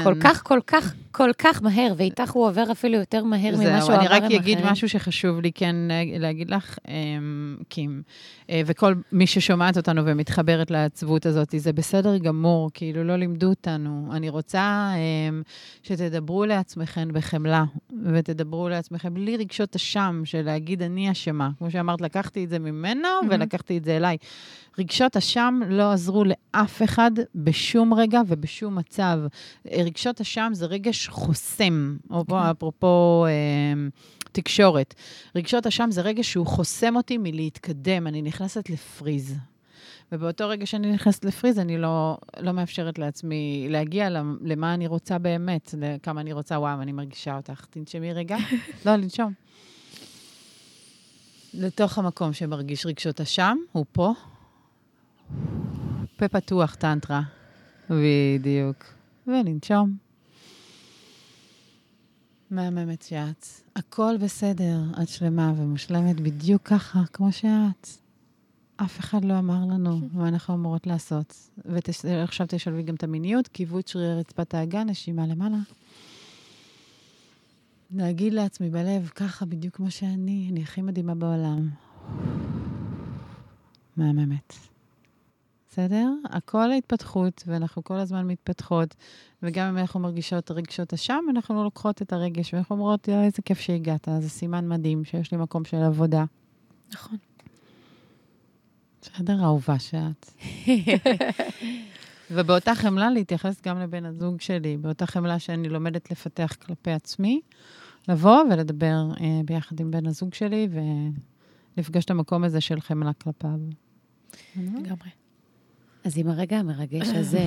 Speaker 2: כל כך מהר, ואיתך הוא עובר אפילו יותר מהר ממה שהוא עבר עם אחרים.
Speaker 4: אני רק אגיד משהו שחשוב לי כן להגיד לך, קים, וכל מי ששומעת אותנו ומתחברת לעצבות הזאת, זה בסדר גמור, כאילו לא לימדו אותנו. אני רוצה שתדברו לעצמכם בחמלה, ותדברו לעצמכם בלי רגשות אשם, של להגיד אני אשמה. כמו שאמרת, לקחתי את זה ממנו, ולקחתי את זה אליי. רגשות אשם לא עזרו לאף אחד בשום רגע ובשום מצב. רגשות אשם זה רגש חוסם, אפרופו תקשורת. רגשות אשם זה רגש שהוא חוסם אותי מלהתקדם, אני נכנסת לפריז. ובאותו רגע שאני נכנסת לפריז, אני לא מאפשרת לעצמי להגיע למה אני רוצה באמת, לכמה אני רוצה, וואו, אני מרגישה אותך. תנשמי רגע? לא, לנשום. לתוך המקום שמרגיש רגשות אשם, הוא פה. פה פתוח, טנטרה. בדיוק. ולנשום. מהממת שאת. הכל בסדר, את שלמה ומושלמת בדיוק ככה, כמו שאת. אף אחד לא אמר לנו מה אנחנו אמורות לעשות. ועכשיו תשלבי גם את המיניות, כיוות שריר רצפת האגן, נשימה למעלה. להגיד לעצמי בלב, ככה בדיוק כמו שאני הכי מדהימה בעולם. מהממת. בסדר? הכל ההתפתחות, ואנחנו כל הזמן מתפתחות, וגם אם אנחנו מרגישות רגשות אשם, אנחנו לוקחות את הרגש, ואנחנו אומרות, איזה כיף שהגעת, זה סימן מדהים שיש לי מקום של עבודה.
Speaker 2: נכון.
Speaker 4: בסדר, אהובה שאת. ובאותה חמלה להתייחס גם לבן הזוג שלי, באותה חמלה שאני לומדת לפתח כלפי עצמי, לבוא ולדבר ביחד עם בן הזוג שלי, ולפגוש את המקום הזה של חמלה כלפיו.
Speaker 2: לגמרי. אז עם הרגע המרגש הזה,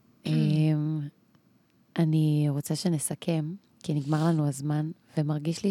Speaker 2: אני רוצה שנסכם, כי נגמר לנו הזמן, ומרגיש לי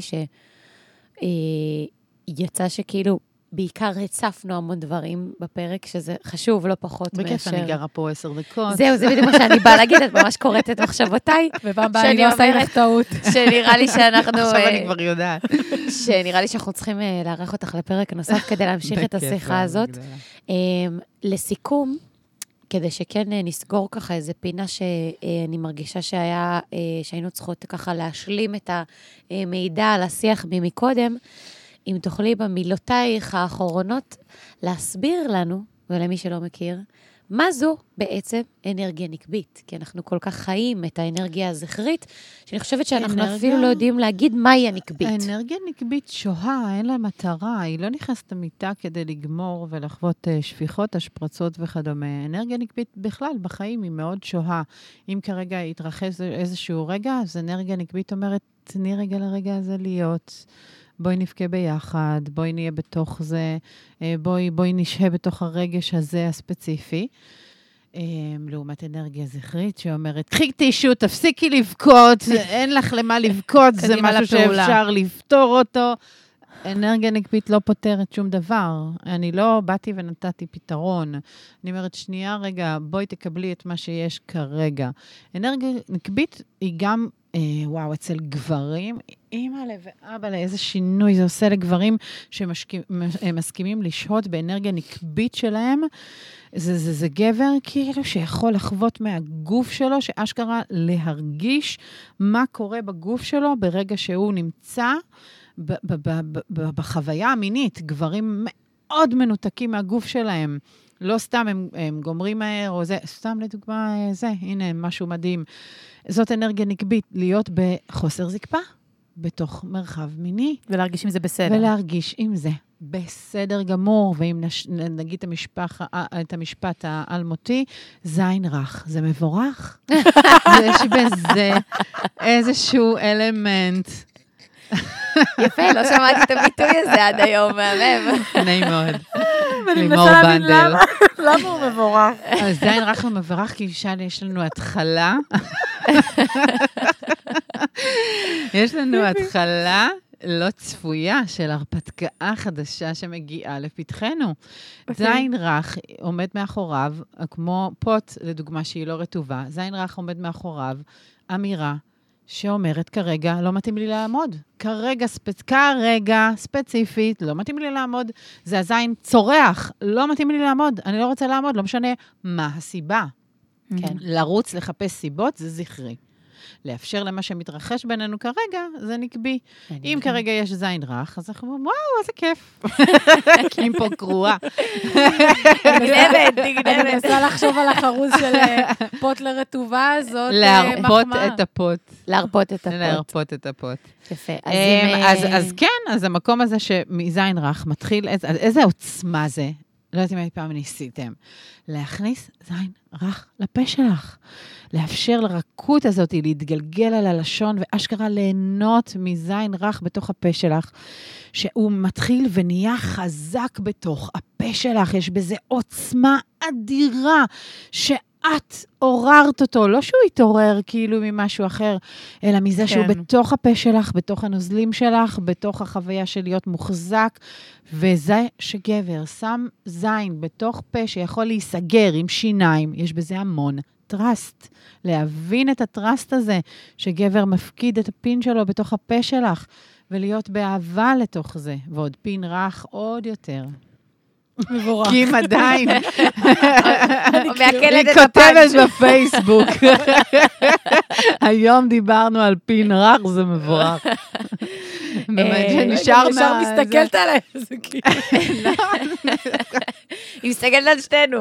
Speaker 2: שיצא שכאילו, בעיקר הצפנו המון דברים בפרק, שזה חשוב, לא פחות מאשר...
Speaker 4: בכיף, אני גרה פה 10 דקות.
Speaker 2: זהו, זה בדיוק מה שאני באה להגיד, את ממש קוראת את מחשבותיי.
Speaker 1: ובאם באה, אני לא עושה לך טעות.
Speaker 2: שנראה לי שאנחנו...
Speaker 4: עכשיו אני כבר יודעת.
Speaker 2: שנראה לי שאנחנו צריכים לארח אותך לפרק נוסף, כדי להמשיך את השיחה הזאת. לסיכום, כדי שכן נסגור ככה איזה פינה שאני מרגישה שהיינו צריכות ככה להשלים את המידע על השיח ממקודם, אם תוכלי במילותייך האחרונות להסביר לנו, ולמי שלא מכיר, מה זו בעצם אנרגיה נקבית? כי אנחנו כל כך חיים את האנרגיה הזכרית, שאני חושבת שאנחנו אפילו לא יודעים להגיד מהי הנקבית.
Speaker 4: האנרגיה נקבית שוהה, אין לה מטרה, היא לא נכנסת למיטה כדי לגמור ולחוות שפיכות, השפרצות וכדומה. אנרגיה נקבית בכלל בחיים היא מאוד שוהה. אם כרגע יתרחש איזשהו רגע, אז אנרגיה נקבית אומרת, תני רגע לרגע הזה להיות... בואי נפקה ביחד, בואי נהיה בתוך זה, בואי נשהה בתוך הרגש הזה הספציפי. לעומת אנרגיה זכרית שאומרת, קחי טישו, תפסיקי לבכות, אין לך למה לבכות, זה משהו שאפשר לפתור אותו. אנרגיה נקבית לא פותרת שום דבר. אני לא באתי ונתתי פתרון. אני אומרת, שנייה רגע, בואי תקבלי את מה שיש כרגע. אנרגיה נקבית היא גם... וואו, אצל גברים, אמא ואבא לאיזה שינוי זה עושה לגברים שמסכימים לשהות באנרגיה נקבית שלהם. זה גבר כאילו שיכול לחוות מהגוף שלו, שאשכרה להרגיש מה קורה בגוף שלו ברגע שהוא נמצא בחוויה המינית. גברים מאוד מנותקים מהגוף שלהם. לא סתם הם גומרים מהר, או זה, סתם לדוגמה זה, הנה משהו מדהים. זאת אנרגיה נקבית, להיות בחוסר זקפה, בתוך מרחב מיני.
Speaker 1: ולהרגיש עם זה בסדר.
Speaker 4: ולהרגיש עם זה בסדר גמור, ואם נגיד את המשפט האלמותי, זין רך, זה מבורך. יש בזה איזשהו אלמנט.
Speaker 2: יפה, לא שמעתי את הביטוי הזה עד היום, מהמם.
Speaker 4: נעים מאוד.
Speaker 1: לימור בנדל. למה הוא מבורך?
Speaker 4: אז זין רך הוא מבורך, כי יש לנו התחלה. יש לנו התחלה לא צפויה של הרפתקה חדשה שמגיעה לפתחנו. זין רך עומד מאחוריו, כמו פוט, לדוגמה שהיא לא רטובה, זין רך עומד מאחוריו, אמירה, שאומרת כרגע לא מתאים לי לעמוד. כרגע ספציפית, לא מתאים לי לעמוד. זה הזין צורח, לא מתאים לי לעמוד. אני לא רוצה לעמוד, לא משנה מה הסיבה. כן. לרוץ, לחפש סיבות, זה זכרי. לאפשר למה שמתרחש בינינו כרגע, זה נקבי. אם כרגע יש זין רך, אז אנחנו אומרים, וואו, איזה כיף. כי אם פה קרואה.
Speaker 2: נגנבת.
Speaker 1: אני מנסה לחשוב על החרוז של פוט לרטובה, זאת מחמאה.
Speaker 2: להרפות את הפוט. יפה.
Speaker 4: אז כן, אז המקום הזה שמזין רך מתחיל, איזה עוצמה זה? לא יודעת אם אי פעם ניסיתם. להכניס זין רך לפה שלך. לאפשר לרכות הזאת להתגלגל על הלשון, ואשכרה ליהנות מזין רך בתוך הפה שלך, שהוא מתחיל ונהיה חזק בתוך הפה שלך. יש בזה עוצמה אדירה, שאת עוררת אותו, לא שהוא יתעורר כאילו ממשהו אחר, אלא מזה שהוא בתוך הפה שלך, בתוך הנוזלים שלך, בתוך החוויה של להיות מוחזק, וזה שגבר שם זין בתוך פה שיכול להיסגר עם שיניים, יש בזה המון טרסט. להבין את הטרסט הזה, שגבר מפקיד את הפין שלו בתוך הפה שלך, ולהיות באהבה לתוך זה, ועוד פין רך עוד יותר.
Speaker 1: מבורך.
Speaker 4: כי אם עדיין.
Speaker 2: היא
Speaker 4: כותבת בפייסבוק. היום דיברנו על פין רך, זה מבורך. שנשאר
Speaker 2: ישר מסתכלת עליהם, זה כאילו... היא מסתכלת על שתינו.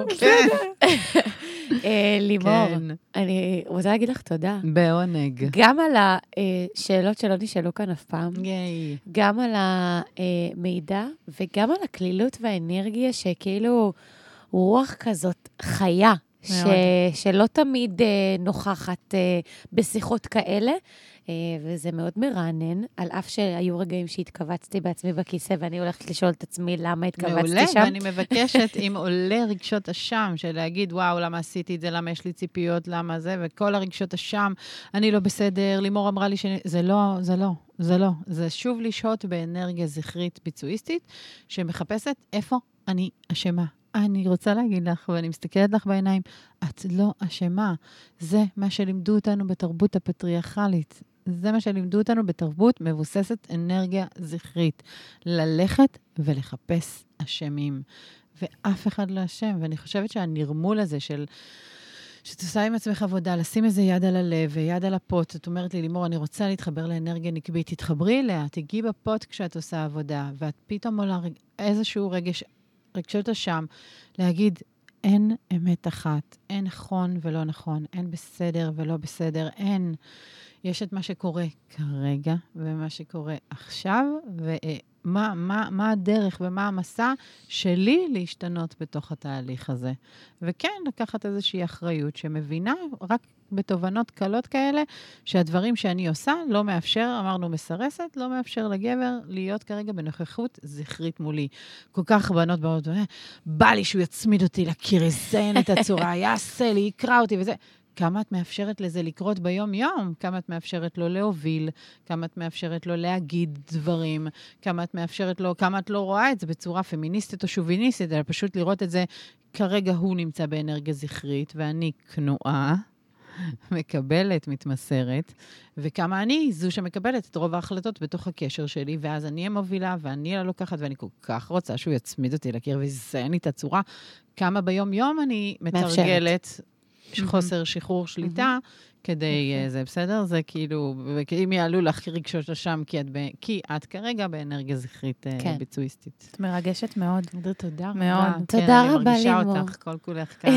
Speaker 2: לימור, אני רוצה להגיד לך תודה.
Speaker 4: בעונג.
Speaker 2: גם על השאלות שלא נשאלו כאן אף פעם, גם על המידע, וגם על הכלילות והאנרגיה, שכאילו רוח כזאת חיה, שלא תמיד נוכחת בשיחות כאלה, וזה מאוד מרענן, על אף שהיו רגעים שהתכווצתי בעצמי בכיסא, ואני הולכת לשאול את עצמי למה התכווצתי שם.
Speaker 4: מעולה, ואני מבקשת, אם עולה רגשות אשם, של להגיד, וואו, למה עשיתי את זה, למה יש לי ציפיות, למה זה, וכל הרגשות אשם, אני לא בסדר, לימור אמרה לי זה לא. זה שוב לשהות באנרגיה זכרית ביצועיסטית, שמחפשת איפה אני אשמה. אני רוצה להגיד לך, ואני מסתכלת לך בעיניים, את לא אשמה. זה מה שלימדו אותנו בתרבות הפטריארכלית. זה מה שלימדו אותנו בתרבות מבוססת אנרגיה זכרית. ללכת ולחפש אשמים. ואף אחד לא אשם. ואני חושבת שהנרמול הזה שאת עושה עם עצמך עבודה, לשים איזה יד על הלב ויד על הפוט, את אומרת לי, לימור, אני רוצה להתחבר לאנרגיה נקבית, תתחברי אליה, תגיעי בפוט כשאת עושה עבודה, ואת פתאום עולה איזשהו רגשות אשם, להגיד, אין אמת אחת, אין נכון ולא נכון, אין בסדר ולא בסדר, אין. יש את מה שקורה כרגע, ומה שקורה עכשיו, ומה הדרך ומה המסע שלי להשתנות בתוך התהליך הזה. וכן, לקחת איזושהי אחריות שמבינה רק בתובנות קלות כאלה, שהדברים שאני עושה לא מאפשר, אמרנו מסרסת, לא מאפשר לגבר להיות כרגע בנוכחות זכרית מולי. כל כך בנות באות, בא לי שהוא יצמיד אותי לקיר, יזיין את הצורה, יעשה לי, יקרא אותי וזה. כמה את מאפשרת לזה לקרות ביום-יום? כמה את מאפשרת לו להוביל? כמה את מאפשרת לו להגיד דברים? כמה את מאפשרת לו, כמה את לא רואה את זה בצורה פמיניסטית או שוביניסטית, אלא פשוט לראות את זה, כרגע הוא נמצא באנרגיה זכרית, ואני כנועה, מקבלת, מתמסרת, וכמה אני זו שמקבלת את רוב ההחלטות בתוך הקשר שלי, ואז אני המובילה, ואני לא לוקחת, ואני כל כך רוצה שהוא יצמיד אותי לקיר, ויזיין לי את הצורה. כמה ביום-יום אני מתרגלת חוסר שחרור שליטה, כדי זה בסדר? זה כאילו, אם יעלו לך רגשות אשם, כי את כרגע באנרגיה זכרית ביצועיסטית.
Speaker 1: את מרגשת מאוד.
Speaker 4: תודה
Speaker 1: מאוד.
Speaker 2: תודה רבה, לימור.
Speaker 4: אני מרגישה אותך, כל כולך כאן.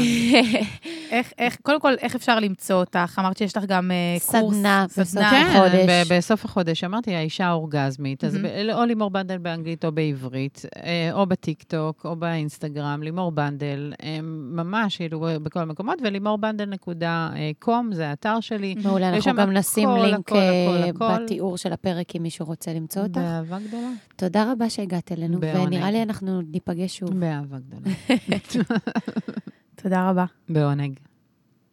Speaker 1: קודם כל, איך אפשר למצוא אותך? אמרת שיש לך גם קורס.
Speaker 2: סדנה בסוף החודש.
Speaker 4: כן, בסוף החודש. אמרתי, האישה האורגזמית, אז או לימור בנדל באנגלית או בעברית, או בטיקטוק, או באינסטגרם, לימור בנדל, ממש, בכל המקומות, ולימורבנדל.com, זה האתר שלי.
Speaker 2: מעולה, אנחנו גם נשים לינק בתיאור של הפרק, אם מישהו רוצה למצוא אותך.
Speaker 4: באהבה גדולה.
Speaker 2: תודה רבה שהגעת אלינו, ונראה לי אנחנו ניפגש שוב.
Speaker 4: באהבה גדולה.
Speaker 1: תודה רבה.
Speaker 4: בעונג.